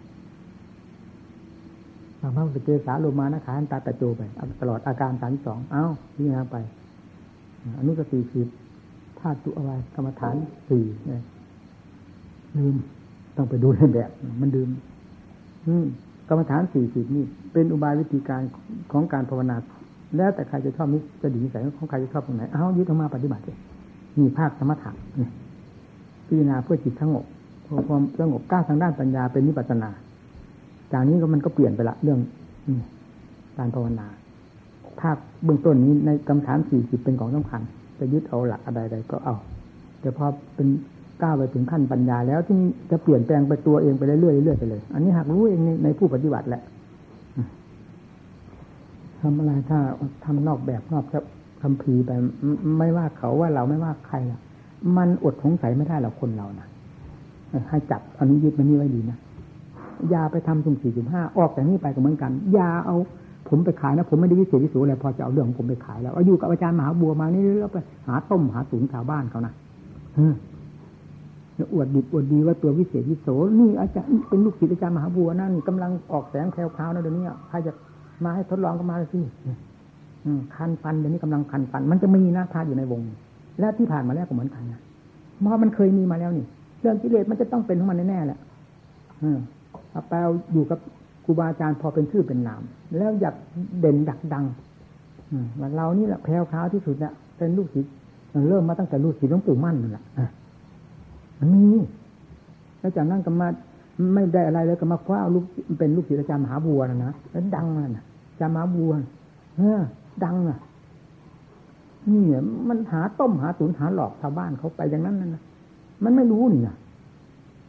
บางพระสเกสาโลมานะขาอันตาตะโจไปตลอดอาการสามสองเอ้านี่นะไปอนุสติสี่ธาตุอะไรกรรมฐานสี่เนี่ยลืมต้องไปดูในแบบมันลืมกรรมฐานสี่สิบนี่เป็นอุบายวิธีการของการภาวนาแล้วแต่ใครจะชอบนิจะดีนิสัยของใครจะชอบตรงไหนเอายึดออกมาปฏิบัติเลยมีภาคสมถะนี่พิจารณาเพื่อจิตสงบพอความสงบก้าวทางด้านปัญญาเป็นวิปัสสนาจากนี้ก็มันก็เปลี่ยนไปละเรื่องการภาวนาภาคเบื้องต้นนี้ในกรรมฐานสี่สิบเป็นของสำคัญจะยึดเอาหลักอะไรๆก็เอาแต่พอเป็นก้าวไปถึงขั้นปัญญาแล้วที่จะเปลี่ยนแปลงไปตัวเองไปเรื่อยๆเรื่อยๆไปเลยอันนี้หากรู้เองในผู้ปฏิบัติแหละทำอะไรถ้าทำนอกแบบนอกคัมภีร์ไปไม่ว่าเขาว่าเราไม่ว่าใครล่ะมันอดสงสัยไม่ได้หรอกคนเรานะให้จับอันนี้ยึดมันนี่ไว้ดีนะยาไปทำสุ่มสี่สุ่มห้าออกจากนี้ไปก็เหมือนกันยาเอาผมไปขายนะผมไม่ได้วิเศษวิโสอะไรพอจะเอาเรื่องของผมไปขายแล้วอยู่กับอาจารย์มหาบัวมานี่แล้วไปหาต้มหาตุ๋นชาวบ้านเขานะอวดดิบอวดดีว่าตัววิเศษวิโสนี่อาจารย์เป็นลูกศิษย์อาจารย์มหาบัวนั่นกำลังออกแสงแถวๆนะเดี๋ยวนี้ใครจะมาให้ทดลองก็มาเลยสิคันฟันเดี๋ยวนี้กำลังคันฟันมันจะมีนะพาอยู่ในวงและที่ผ่านมาแล้วก็เหมือนกันนะเพราะมันเคยมีมาแล้วนี่เรื่องกิเลสมันจะต้องเป็นของมันแน่ๆแหละเอาไปเอาอยู่กับครูบาอาจารย์พอเป็นชื่อเป็นนามแล้วอยากเด่นดักดังว่าเรานี่แหละแพรวพราวที่สุดเนี่ยเป็นลูกศิษย์เริ่มมาตั้งแต่ลูกศิษย์หลวงปู่มั่นนั่นแหละมันมีแล้วจากนั้นก็มาไม่ได้อะไรเลยก็มาคว้าลูกเป็นลูกศิษย์อาจารย์มหาบัวนะนะแล้วดังนะอาจารย์มหาบัวเออดังอ่ะนี่มันหาต้มหาตุ๋นหาหลอกชาวบ้านเขาไปอย่างนั้นนั่นนะมันไม่รู้นี่นะ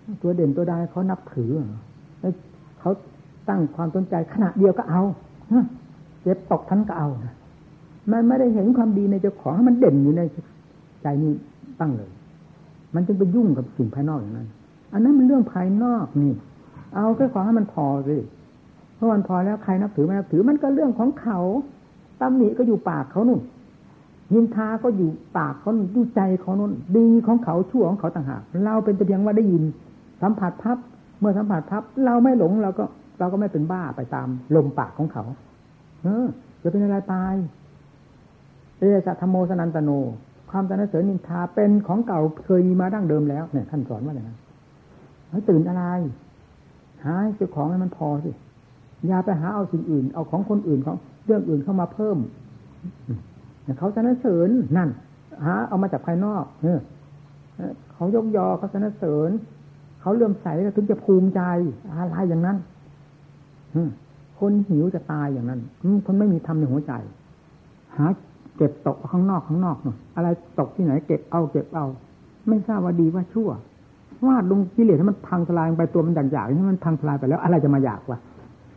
ตัวเด่นตัวใดเขานับถือเขาตั้งความสนใจขณะเดียวก็เอาเจ็บตกทันก็เอามันไม่ได้เห็นความดีในเจ้าของให้มันเด่นอยู่ในใจนี้ตั้งเลยมันจึงไปยุ่งกับสิ่งภายนอกอย่างนั้นอันนั้นมันเรื่องภายนอกนี่เอาแค่ขอให้มันพอสิเพราะมันพอแล้วใครนับถือไม่นับถือมันก็เรื่องของเขาตำหนิก็อยู่ปากเขานู่นนินทาก็อยู่ปากเขาดูใจเขานู่นดีของเขาชั่วของเขาต่างหากเราเป็นแต่เพียงว่าได้ยินสัมผัสพับเมื่อสัมผัสพับเราไม่หลงเราก็เราก็ไม่เป็นบ้าไปตามลมปากของเขาเออจะเป็นอะไรตายเอสัทธโมสนันตโนความสรรเสริญนินทาเป็นของเก่าเคยมีมาดั้งเดิมแล้วเนี่ยท่านสอนว่าอย่างนั้นให้ตื่นอะไรหาเจ้าของให้มันพอสิอย่าไปหาเอาสิ่งอื่นเอาของคนอื่นของเรื่องอื่นเข้ามาเพิ่มเขาสรรเสริญนั่นหาเอามาจากภายนอกเออเขายกยอเขาสรรเสริญเขาเลื่อมใสถึงจะภูมิใจอะไรอย่างนั้นคนหิวจะตายอย่างนั้นคนไม่มีธรรมในหัวใจหาเก็บตกข้างนอกข้างนอกหน่อยอะไรตกที่ไหนเก็บเอาเก็บเอาไม่ทราบว่าดีว่าชั่ววาดลงกิเลสให้มันพังทลายไปตัวมันอยากๆให้มันพังทลายไปแล้วอะไรจะมาอยากวะ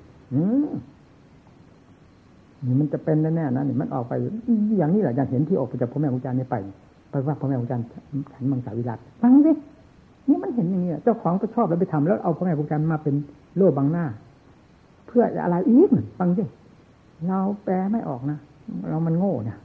นี่มันจะเป็นแน่ๆนะนี่มันออกไปอย่างนี้แหละอย่างเห็นที่ออกไปจากพ่อแม่ครูอาจารย์นี่ไปไปว่าพ่อแม่ครูอาจารย์ฉันมังสวิรัติฟังสินี่มันเห็นอย่างนี้เจ้าของก็ชอบแล้วไปทำแล้วเอาพ่อแม่ครูอาจารย์มาเป็นโล่บังหน้าเพื่ออะไรอีกฟังสิเราแปลไม่ออกนะเรามันโง่เนี่ย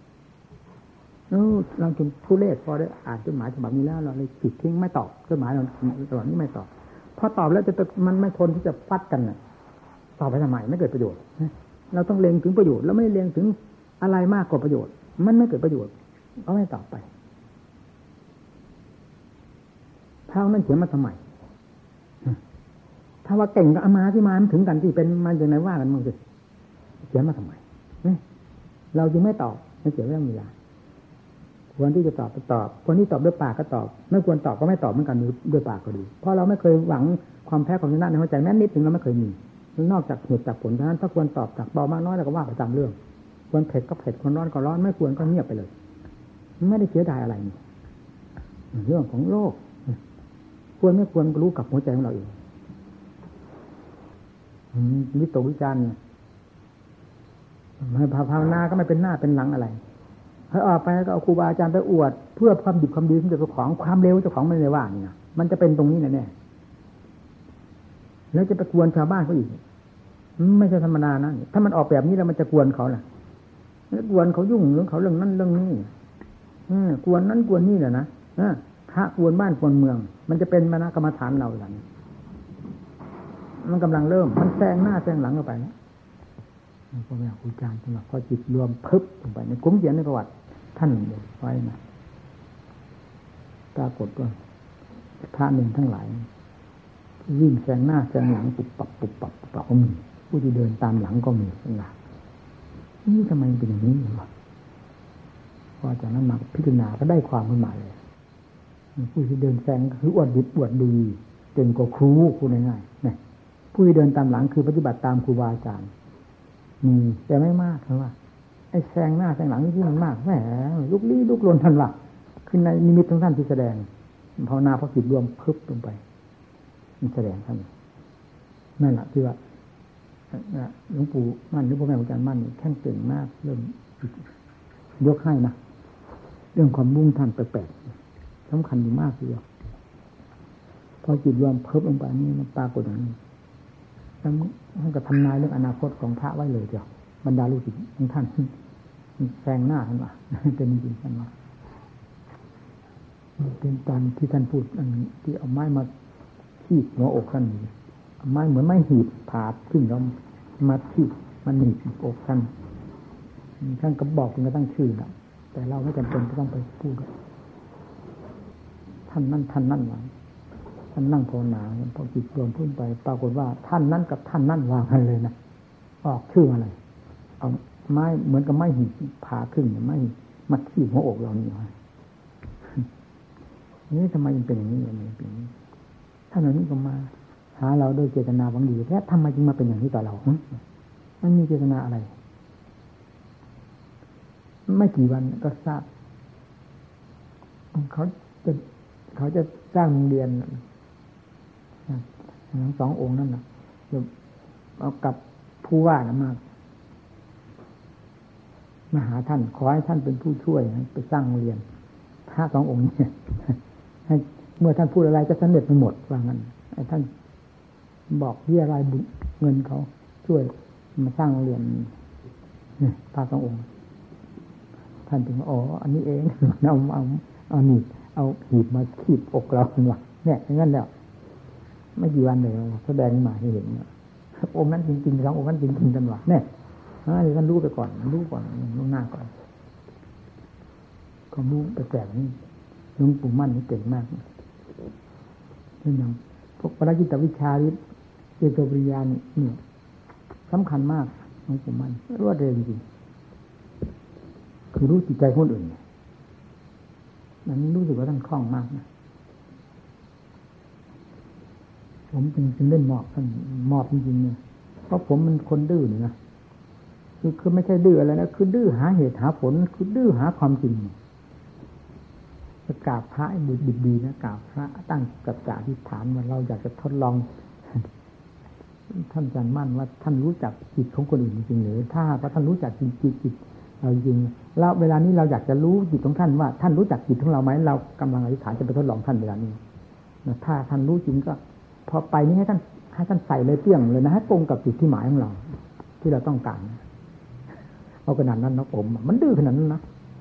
เราจนทุเรศพอได้อ่านจดหมายฉบับนี้แล้วเราเลยปิดทิ้งไม่ตอบจดหมายเราฉบับนี้ไม่ตอบพอตอบแล้วจะมันไม่ทนที่จะฟัดกันน่ะตอบไปทำไมไม่เกิดประโยชน์เราต้องเล็งถึงประโยชน์แล้วไม่เล็งถึงอะไรมากกว่าประโยชน์มันไม่เกิดประโยชน์ก็ไม่ตอบไปเท่านั้นเขียนมาทำไมถ้าว่าเก่งก็เอามาที่มามันถึงกันที่เป็นมันอย่างไรว่ากันมึงสิเขียนมาทำไมเราจึงไม่ตอบไม่เสียเรื่องเวลาควรที่จะตอบก็ตอบควรที่ตอบด้วยปากก็ตอบไม่ควรตอบก็ไม่ตอบเหมือนกันด้วยปากก็ดีเพราะเราไม่เคยหวังความแพ้ความชนะในหัวใจแม้นิดนึงเราไม่เคยมีนอกจากเหตุจากผลเท่านั้นถ้าควรตอบจากเบามากน้อยเราก็ว่าไปตามเรื่องควรเผ็ดก็เผ็ดควรร้อนก็ร้อนไม่ควรก็เงียบไปเลยไม่ได้เสียดายอะไรเรื่องของโลกควรไม่ควรก็รู้กับหัวใจของเราเองวิตกวิจารณ์ภาวนาก็ไม่เป็นหน้าเป็นหลังอะไรให้ออกไปก็เอาครูบาอาจารย์ไปอวดเพื่อความดีความดีของเจ้าของความเร็วเจ้าของไม่ได้ว่านี่นะมันจะเป็นตรงนี้แน่ๆแล้วจะไปกวนชาวบ้านเขาอีกไม่ใช่ธรรมดานะถ้ามันออกแบบนี้แล้วมันจะกวนเขาล่ะแล้วกวนเขายุ่งเรื่องเขาเรื่องนั้นเรื่องนี้กวนนั้นกวนนี่แหละนะพระกวนบ้านกวนเมืองมันจะเป็นมณกรรมฐานเราหลังมันกำลังเริ่มมันแซงหน้าแซงหลังเข้าไปพ่อแม่ครูอาจารย์สำหรับพอจิตรวมพึบลงไปในกุ้งเขียนในประวัติท่านเด็กไว้นะปรากฏว่าพระหนึ่งทั้งหลายวิ่งแซงหน้าแซงหลังปุบปับปุบปับปุบปับก็มีผู้ที่เดินตามหลังก็มีเป็นหลักนี่ทำไมเป็นอย่างนี้วะพอจากนั้นมาพิจารณาก็ได้ความขึ้นมาเลยผู้ที่เดินแซงคืออวดดิบอวดดีเก่งกว่าครูพูดง่ายๆเนี่ยผู้ที่เดินตามหลังคือปฏิบัติตามครูบาอาจารย์มีแต่ไม่มากเพราะว่าไอ้แซงหน้าแซงหลังนี่ที่มันมากแหมลุกลี้ลุกลนทันว่าขึ้นในนิมิตของท่านที่แสดงภาวนาพอจิตรวมพึบลงไปมันแสดงท่านนั่นแหละที่ว่าหลวงปู่มั่นหรือพ่อแม่อาจารย์มั่นท่านเก่งมากเรื่องยกให้นะเรื่องความมุ่งท่านแปลกๆสำคัญอยู่มากทีเดียวพอจิตรวมพึบลงไปนี่มันปรากฏอย่างนี้ท่านก็ทำนายเรื่องอนาคตของพระไว้เลยเดียวบรรดาลูกศิษย์ของท่านแซงหน้าท่านว่าเป็นจริงท่านว่าเป็นตามที่ท่านพูดอันที่เอาไม้มาขีดหัวอกท่านไม้เหมือนไม้หีบผาดขึ้นแล้วมาขีดมันหนีบอกท่านท่านก็บอกจนกระทั่งชื่อนะแต่เราไม่จำเป็นต้องไปพูดท่านนั่นท่านนั่นว่าท่านนั่งภาวนาพอจิตรวมพุ่งไปปรากฏว่าท่านนั้นกับท่านนั่นวางกันเลยนะออกชื่ออะไรเอาไม้เหมือนกับไม้หีบผ่าครึ่งไม้มัดที่หัวอกเรานี่วะนี่ทำไมมันเป็นอย่างนี้มันเป็นอย่างนี้ท่านเหล่านี้ก็มาหาเราโดยเจตนาหวังดีแท้ทำไมจึงมาเป็นอย่างนี้ต่อเรามันมีเจตนาอะไรไม่กี่วันก็ทราบเขาจะเขาจะสร้างโรงเรียนทั้งสององค์นั่นนะเอากับผู้ว่านะมามาหาท่านขอให้ท่านเป็นผู้ช่วยไปสร้างโรงเรียนพระสององค์นี้ให้เมื่อท่านพูดอะไรจะสำเร็จไปหมดว่างั้นไอ้ท่านบอกเรียรายเงินเขาช่วยมาสร้างโรงเรียนเนี่ยพระสององค์ท่านถึงอ๋ออันนี้เองเอาเอาเอาหนีบเอาหีบมาขีบอกเราเป็นว่าเนี่ยอย่างนั้นแล้วไม่กี่วันเลยแสดงมาให้เห็นองค์นั้นจริงๆสององค์นั้นจริงๆกันว่าเนี่ยเดี๋ยวท่านรู้ไปก่อนรู้ก่อนล่วงหน้าก่อนก็รู้ไปแปลกนี่หลวงปู่มั่นนี่เก่งมากเรื่องอย่างพวกปริจิตวิชาหรือเจโตปริยานี่สำคัญมากหลวงปู่มั่นรวดเร็วจริงคือรู้จิตใจคนอื่นมันรู้สึกว่าท่านคล่องมากนะผมจึงจึงเล่นมอบท่านมอบจริงๆเนี่ยเพราะผมมันคนดื้อนี่นะคือคือไม่ใช่ดื้ออะไรนะคือดื้อหาเหตุหาผลคือดื้อหาความจริงจะกราบพระบุญดีๆนะกราบพระตั้งกับจ่าที่ฐานว่าเราอยากจะทดลองท่านอาจารย์มั่นว่าท่านรู้จักจิตของคนอื่นจริงๆหรือถ้าว่าท่านรู้จักจิตจิตเราจริงแล้วเวลานี้เราอยากจะรู้จิตของท่านว่าท่านรู้จักจิตของเราไหมเรากำลังอธิษฐานจะไปทดลองท่านเวลานี้ถ้าท่านรู้จริงก็พอไปนี้ให้ท่านให้ท่านใส่เลยเปี้ยงเลยนะให้ตรงกับจุดที่หมายของเราที่เราต้องการเอาขนาดนั้นนะผมมันดื้อขนาดนั้นนะ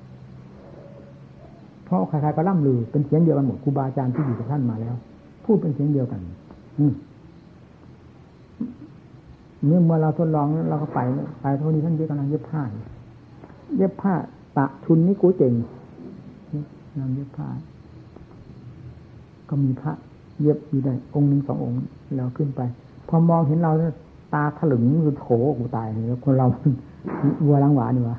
เพราะใครๆก็ล่ำลือเป็นเสียงเดียวกันหมดครูบาอาจารย์ที่อยู่กับท่านมาแล้วพูดเป็นเสียงเดียวกันอืมเมื่อเมื่อเราทดลองเราก็ไปไปเท่านี้ท่านเย็บกำลังเย็บผ้าเย็บผ้าตะชุนนี่กูเจ๋งนั่งเย็บผ้าก็มีพระเย็บอยู่ได้องค์หนึ่งสององค์แล้วขึ้นไปพอมองเห็นเราตาถลึงคือโถกูตายเลยคนเราวัวล้างหวานี่วะ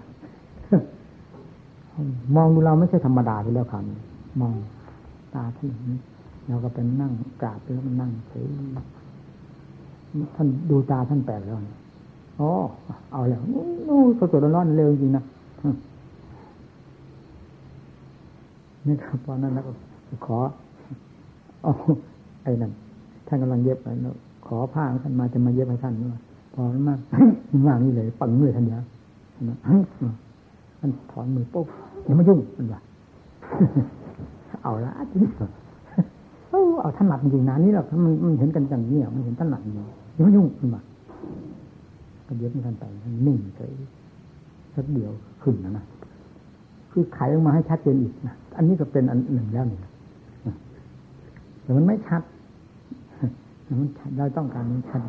มองดูเราไม่ใช่ธรรมดาไปแล้วครับมองตาถลึงเราก็เป็นนั่งกราบแล้วมันนั่งเฉยท่านดูตาท่านแปลกแล้วอ๋อเอาแล้วนู้สดๆร้อนๆเร็วจริงนะนี่ครับตอนนั้นแล้วก็ขอเอาไอ้นั่นท่านกำลังเย็บแล้วขอผ้าท่านมาจะมาเย็บให้ท่านด้วยพอมากมากนี่เลยปังมือท่านเดียวท่านถอนมือปุ๊บอย่ามายุ่งมันว่าเอาละจริงเอาท่านหลับจริงนะนี่หรอกมันมันเห็นกันอย่างนี้มันเห็นท่านหลับอยู่อย่ามายุ่งมันว่าก็เย็บให้ท่านไปนิ่งเฉยสักเดียวขึ้นนะนะคือไขออกมาให้ชัดเจนอีกนะอันนี้ก็เป็นอันหนึ่งแล้วนี่แต่มันไม่ชัดมันเราต้องการมันชัด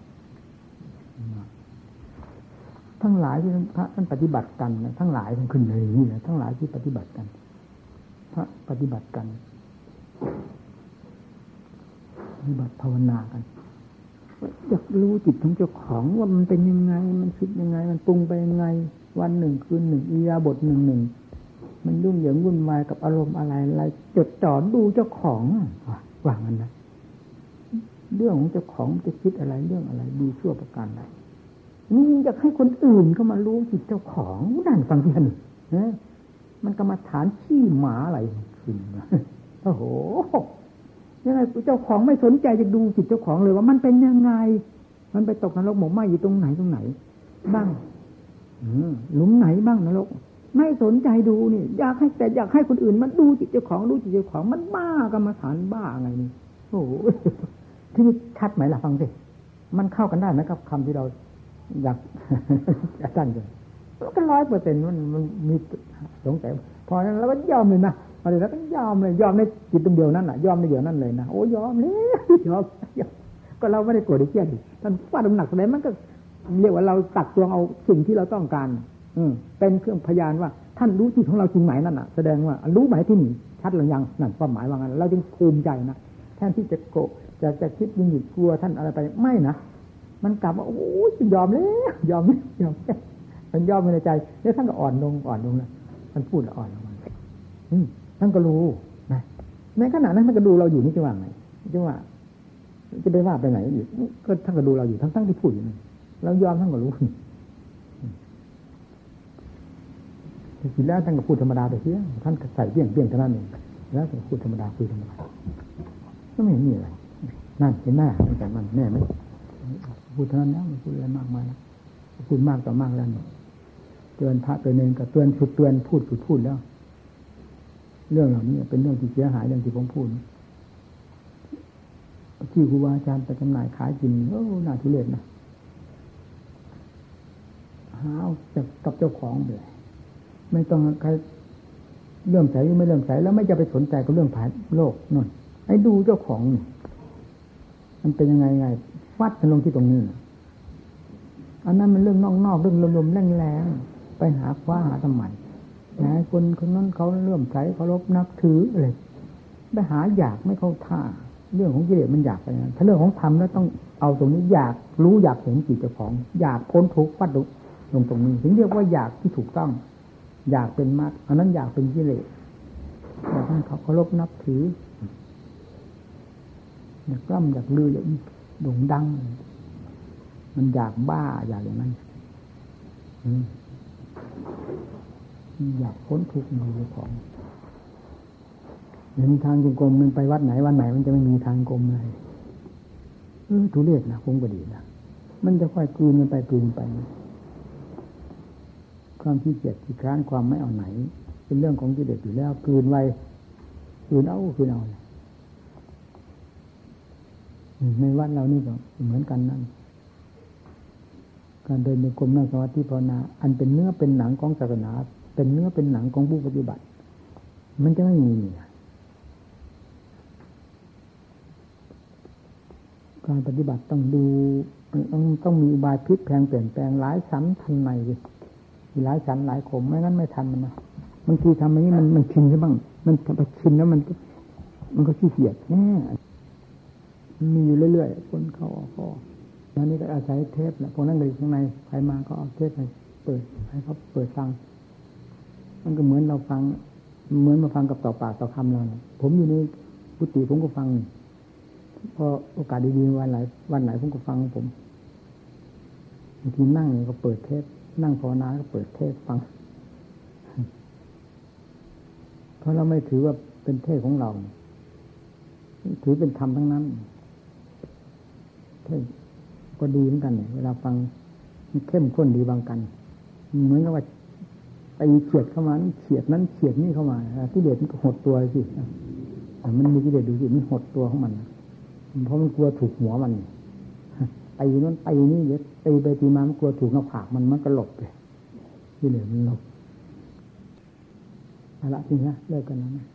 ทั้งหลายที่พระท่านปฏิบัติกันนะทั้งหลายทั้งขึ้นเลยนี่นะทั้งหลายที่ปฏิบัติกันพระปฏิบัติกันปฏิบัติภาวนากันอยากรู้จิตของเจ้าของว่ามันเป็นยังไงมันคิดยังไงมันปรุงไปยังไงวันหนึ่งคืนหนึ่งอิริยาบถหนึ่งหนึ่งมันยุ่งเหยิงวุ่นวายกับอารมณ์อะไรอะไรจดจ่อดูเจ้าของว่างั้นนะเรื่องของเจ้าของจะคิดอะไรเรื่องอะไรดีชั่วประการใดนี่อยากให้คนอื่นเข้ามารู้จิตเจ้าของนั่นฟังที่นี่มันกรรมฐานขี้หมาอะไรขึ้นมาโอ้โหยังไงเจ้าของไม่สนใจจะดูจิตเจ้าของเลยว่ามันเป็นยังไงมันไปตกนรกหมกไหมอยู่ตรงไหนตรงไหนบ้างหลุมไหนบ้างนรกไม่สนใจดูนี่อยากให้แต่อยากให้คนอื่นมันดูจิตเจ้าของดูจิตเจ้าของมันบ้ากรรมฐานบ้าไงนี่โอ้โหที่นี่ชัดไหมล่ะฟังสิมันเข้ากันได้ไหมกับคำที่เราอยากอาจารย์เลยก็ร้อยเปอร์เซ็นต์มันมันมีสงสัยพอนั้นเราก็ยอมเลยนะพอแล้วก็ยอมเลยยอมในจิตตรงเดียวนั้นน่ะยอมในเดียวนั้นเลยนะโอ้ยอมเลยยอมก็เราไม่ได้โกรธได้เครียดท่านฟาดน้ำหนักแสดงมันก็เรียกว่าเราตักตวงเอาสิ่งที่เราต้องการอืมเป็นเครื่องพยานว่าท่านรู้จิตของเราจริงไหมนั่นน่ะแสดงว่ารู้ไหมที่นี่ชัดหรือยังนั่นความหมายว่างั้นเราจึงภูมิใจนะแทนที่จะโกรธจะจะคิดยิ่งหยุดกลัวท่านอะไรไปไม่นะมันกลับว่าโอ้ยยอมเลยยอมยอมมันยอมในใจแล้วท่านก็อ่อนลงอ่อนลงนะท่านพูดอ่อนลงมาอืมท่านก็รู้นะในขณะนั้นท่านก็ดูเราอยู่นี่จะว่าไงจะว่าจะไปว่าไปไหนอีกก็ท่านก็ดูเราอยู่ทั้งทั้งที่พูดอยู่นี่เรายอมท่านก็รู้ทีแรกท่านก็พูดธรรมดาไปเพี้ยงท่านก็ใส่เพี้ยงเพี้ยงเท่านั้นเองแล้วก็พูดธรรมดาคุยธรรมดาก็ไม่เห็นมีอะไรนั่นเห็นไหมแต่มันแน่ไหมพูดเท่านั้นแล้วมันพูดอะไรมากมายนะพูดมากต่อมากแล้วเตือนพระเตือนเนรกับเตือนสุดเตือนพูดสุดพูดแล้วเรื่องเหล่านี้เป็นเรื่องที่เสียหายเรื่องที่ผมพูดที่ครูบาอาจารย์ไปจำหน่ายขายกินโอ้น่าทุเรศนะหาจากกับเจ้าของเลยไม่ต้องใครเลื่อมใสหรือไม่เลื่อมใสแล้วไม่จะไปสนใจกับเรื่องภายโลกนั่นให้ดูเจ้าของนี่มันเป็นยังไงไงฟัดกันลงที่ตรงนี้อันนั้นมันเรื่องนอกๆเรื่องลมๆแรงๆไปหาคว้าหาทำไมนะคนคนนั้นเขาเลื่อมใสเคารพนับถืออะไรไปหาอยากไม่เข้าท่าเรื่องของกิเลสมันอยากไปนะถ้าเรื่องของธรรมแล้วต้องเอาตรงนี้อยากรู้อยากเห็นจิตเจ้าของอยากพ้นทุกข์ฟัดลงตรงนี้ถึงเรียกว่าอยากที่ถูกต้องอยากเป็นมรรคอันนั้นอยากเป็นกิเลสอยากให้เขาเคารพนับถืออยากกล้ำอยากลืออยากโด่งดังมันอยากบ้าอยากอย่างนั้นอยากพ้นทุกข์ในเรื่องของเห็นทางจงกรมมันไปวัดไหนวันไหนมันจะไม่มีทางกรมเลยเออทุเรศนะคงก็ดีนะมันจะค่อยกลืนกันไปกลืนไปความขี้เกียจขี้คร้านความไม่เอาไหนเป็นเรื่องของกิเลสอยู่แล้วกลืนไว้กลืนเอากลืนเอาในวัดเรานี่ก็เหมือนกันนั่นการเดินในกรมนั่งสมาธิภาวนาอันเป็นเนื้อเป็นหนังของศาสนาเป็นเนื้อเป็นหนังของผู้ปฏิบัติมันจะไม่มีการปฏิบัติต้องดูต้องต้องมีอุบายพลิกแพลงเปลี่ยนแปลงหลายชั้นทันในเลยมีหลายชั้นหลายขมไม่งั้นไม่ทันมันนะบางทีทำอย่างนี้มันมันชินใช่บ้างมันไปชินแล้วมันมันก็ขี้เกียจแน่มีอยู่เรื่อยๆคนเข้าออกก็แล้วนี่ก็อาศัยเทปแหละพวกนั้นเลยข้างในใครมาก็เอาเทปให้เปิดให้เขาเปิดฟังมันก็เหมือนเราฟังเหมือนมาฟังกับต่อปากต่อคำเราผมอยู่ในกุฏิผมก็ฟังพอโอกาสดีๆวันไหนวันไหนผมก็ฟังผมบางทีนั่งก็เปิดเทปนั่งภาวนาก็เปิดเทปฟังเพราะเราไม่ถือว่าเป็นเทศของเราถือเป็นธรรมทั้งนั้นเทศก็ดีเหมือนกันเนี่ยเวลาฟังมันเข้มข้นดีบางกันเหมือนกับว่าไปเฉียดเข้ามาเฉียดนั้นเฉียดนี่เข้ามาที่เด็ดมันก็หดตัวสิแต่มันมีที่เด็ดดูสิมันหดตัวของมันเพราะมันกลัวถูกหัวมันไปนู้นไปนี่เยอะไปไปตีมามันกลัวถูกหน้าผากมันมันก็หลบเลยที่เด็ดมันหลบเอาละทีนี้เลิกกันแล้วนะ